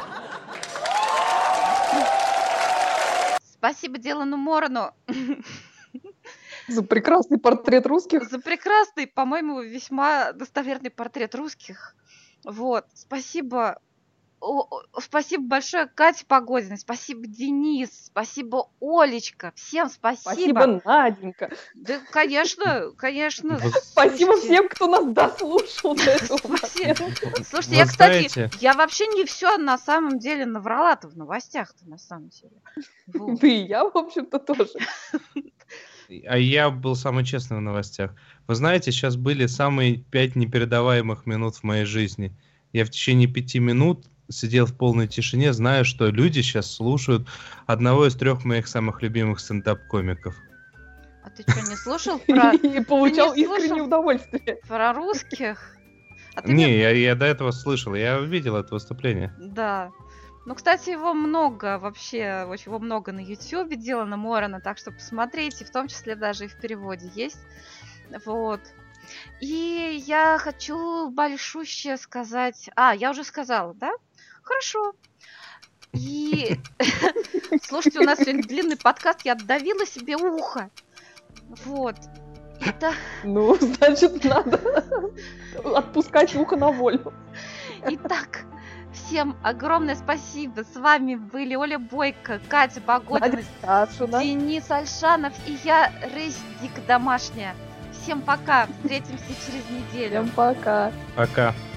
Спасибо Дилану Морану. За прекрасный портрет русских. За прекрасный, по-моему, весьма достоверный портрет русских. Вот. Спасибо. О, спасибо большое Кате Погодиной, спасибо Денис, спасибо Олечка, всем спасибо. Спасибо, Наденька. Да, конечно, конечно. Спасибо всем, кто нас дослушал до этого момента. Слушайте, я, кстати, я вообще не все на самом деле наврала-то в новостях-то, на самом деле. Да и я, в общем-то, тоже. А я был самый честный в новостях. Вы знаете, сейчас были самые пять непередаваемых минут в моей жизни. Я в течение пяти минут сидел в полной тишине, зная, что люди сейчас слушают одного из трех моих самых любимых стендап-комиков. А ты что, не слушал про... И получал искреннее удовольствие. Про русских? Не, я до этого слышал, я видел это выступление. Да. Ну, кстати, его много вообще, его много на Ютьюбе, Дилана Морана, так что посмотрите, в том числе даже и в переводе есть. Вот. И я хочу большуще сказать... А, я уже сказала, да? Хорошо. И... Слушайте, у нас сегодня длинный подкаст, я отдавила себе ухо. Вот. Это... Ну, значит, надо отпускать ухо на волю. Итак, всем огромное спасибо. С вами были Оля Бойко, Катя Погодина, Денис Альшанов и я, Рейсдик Домашняя. Всем пока. Встретимся через неделю. Всем пока. Пока.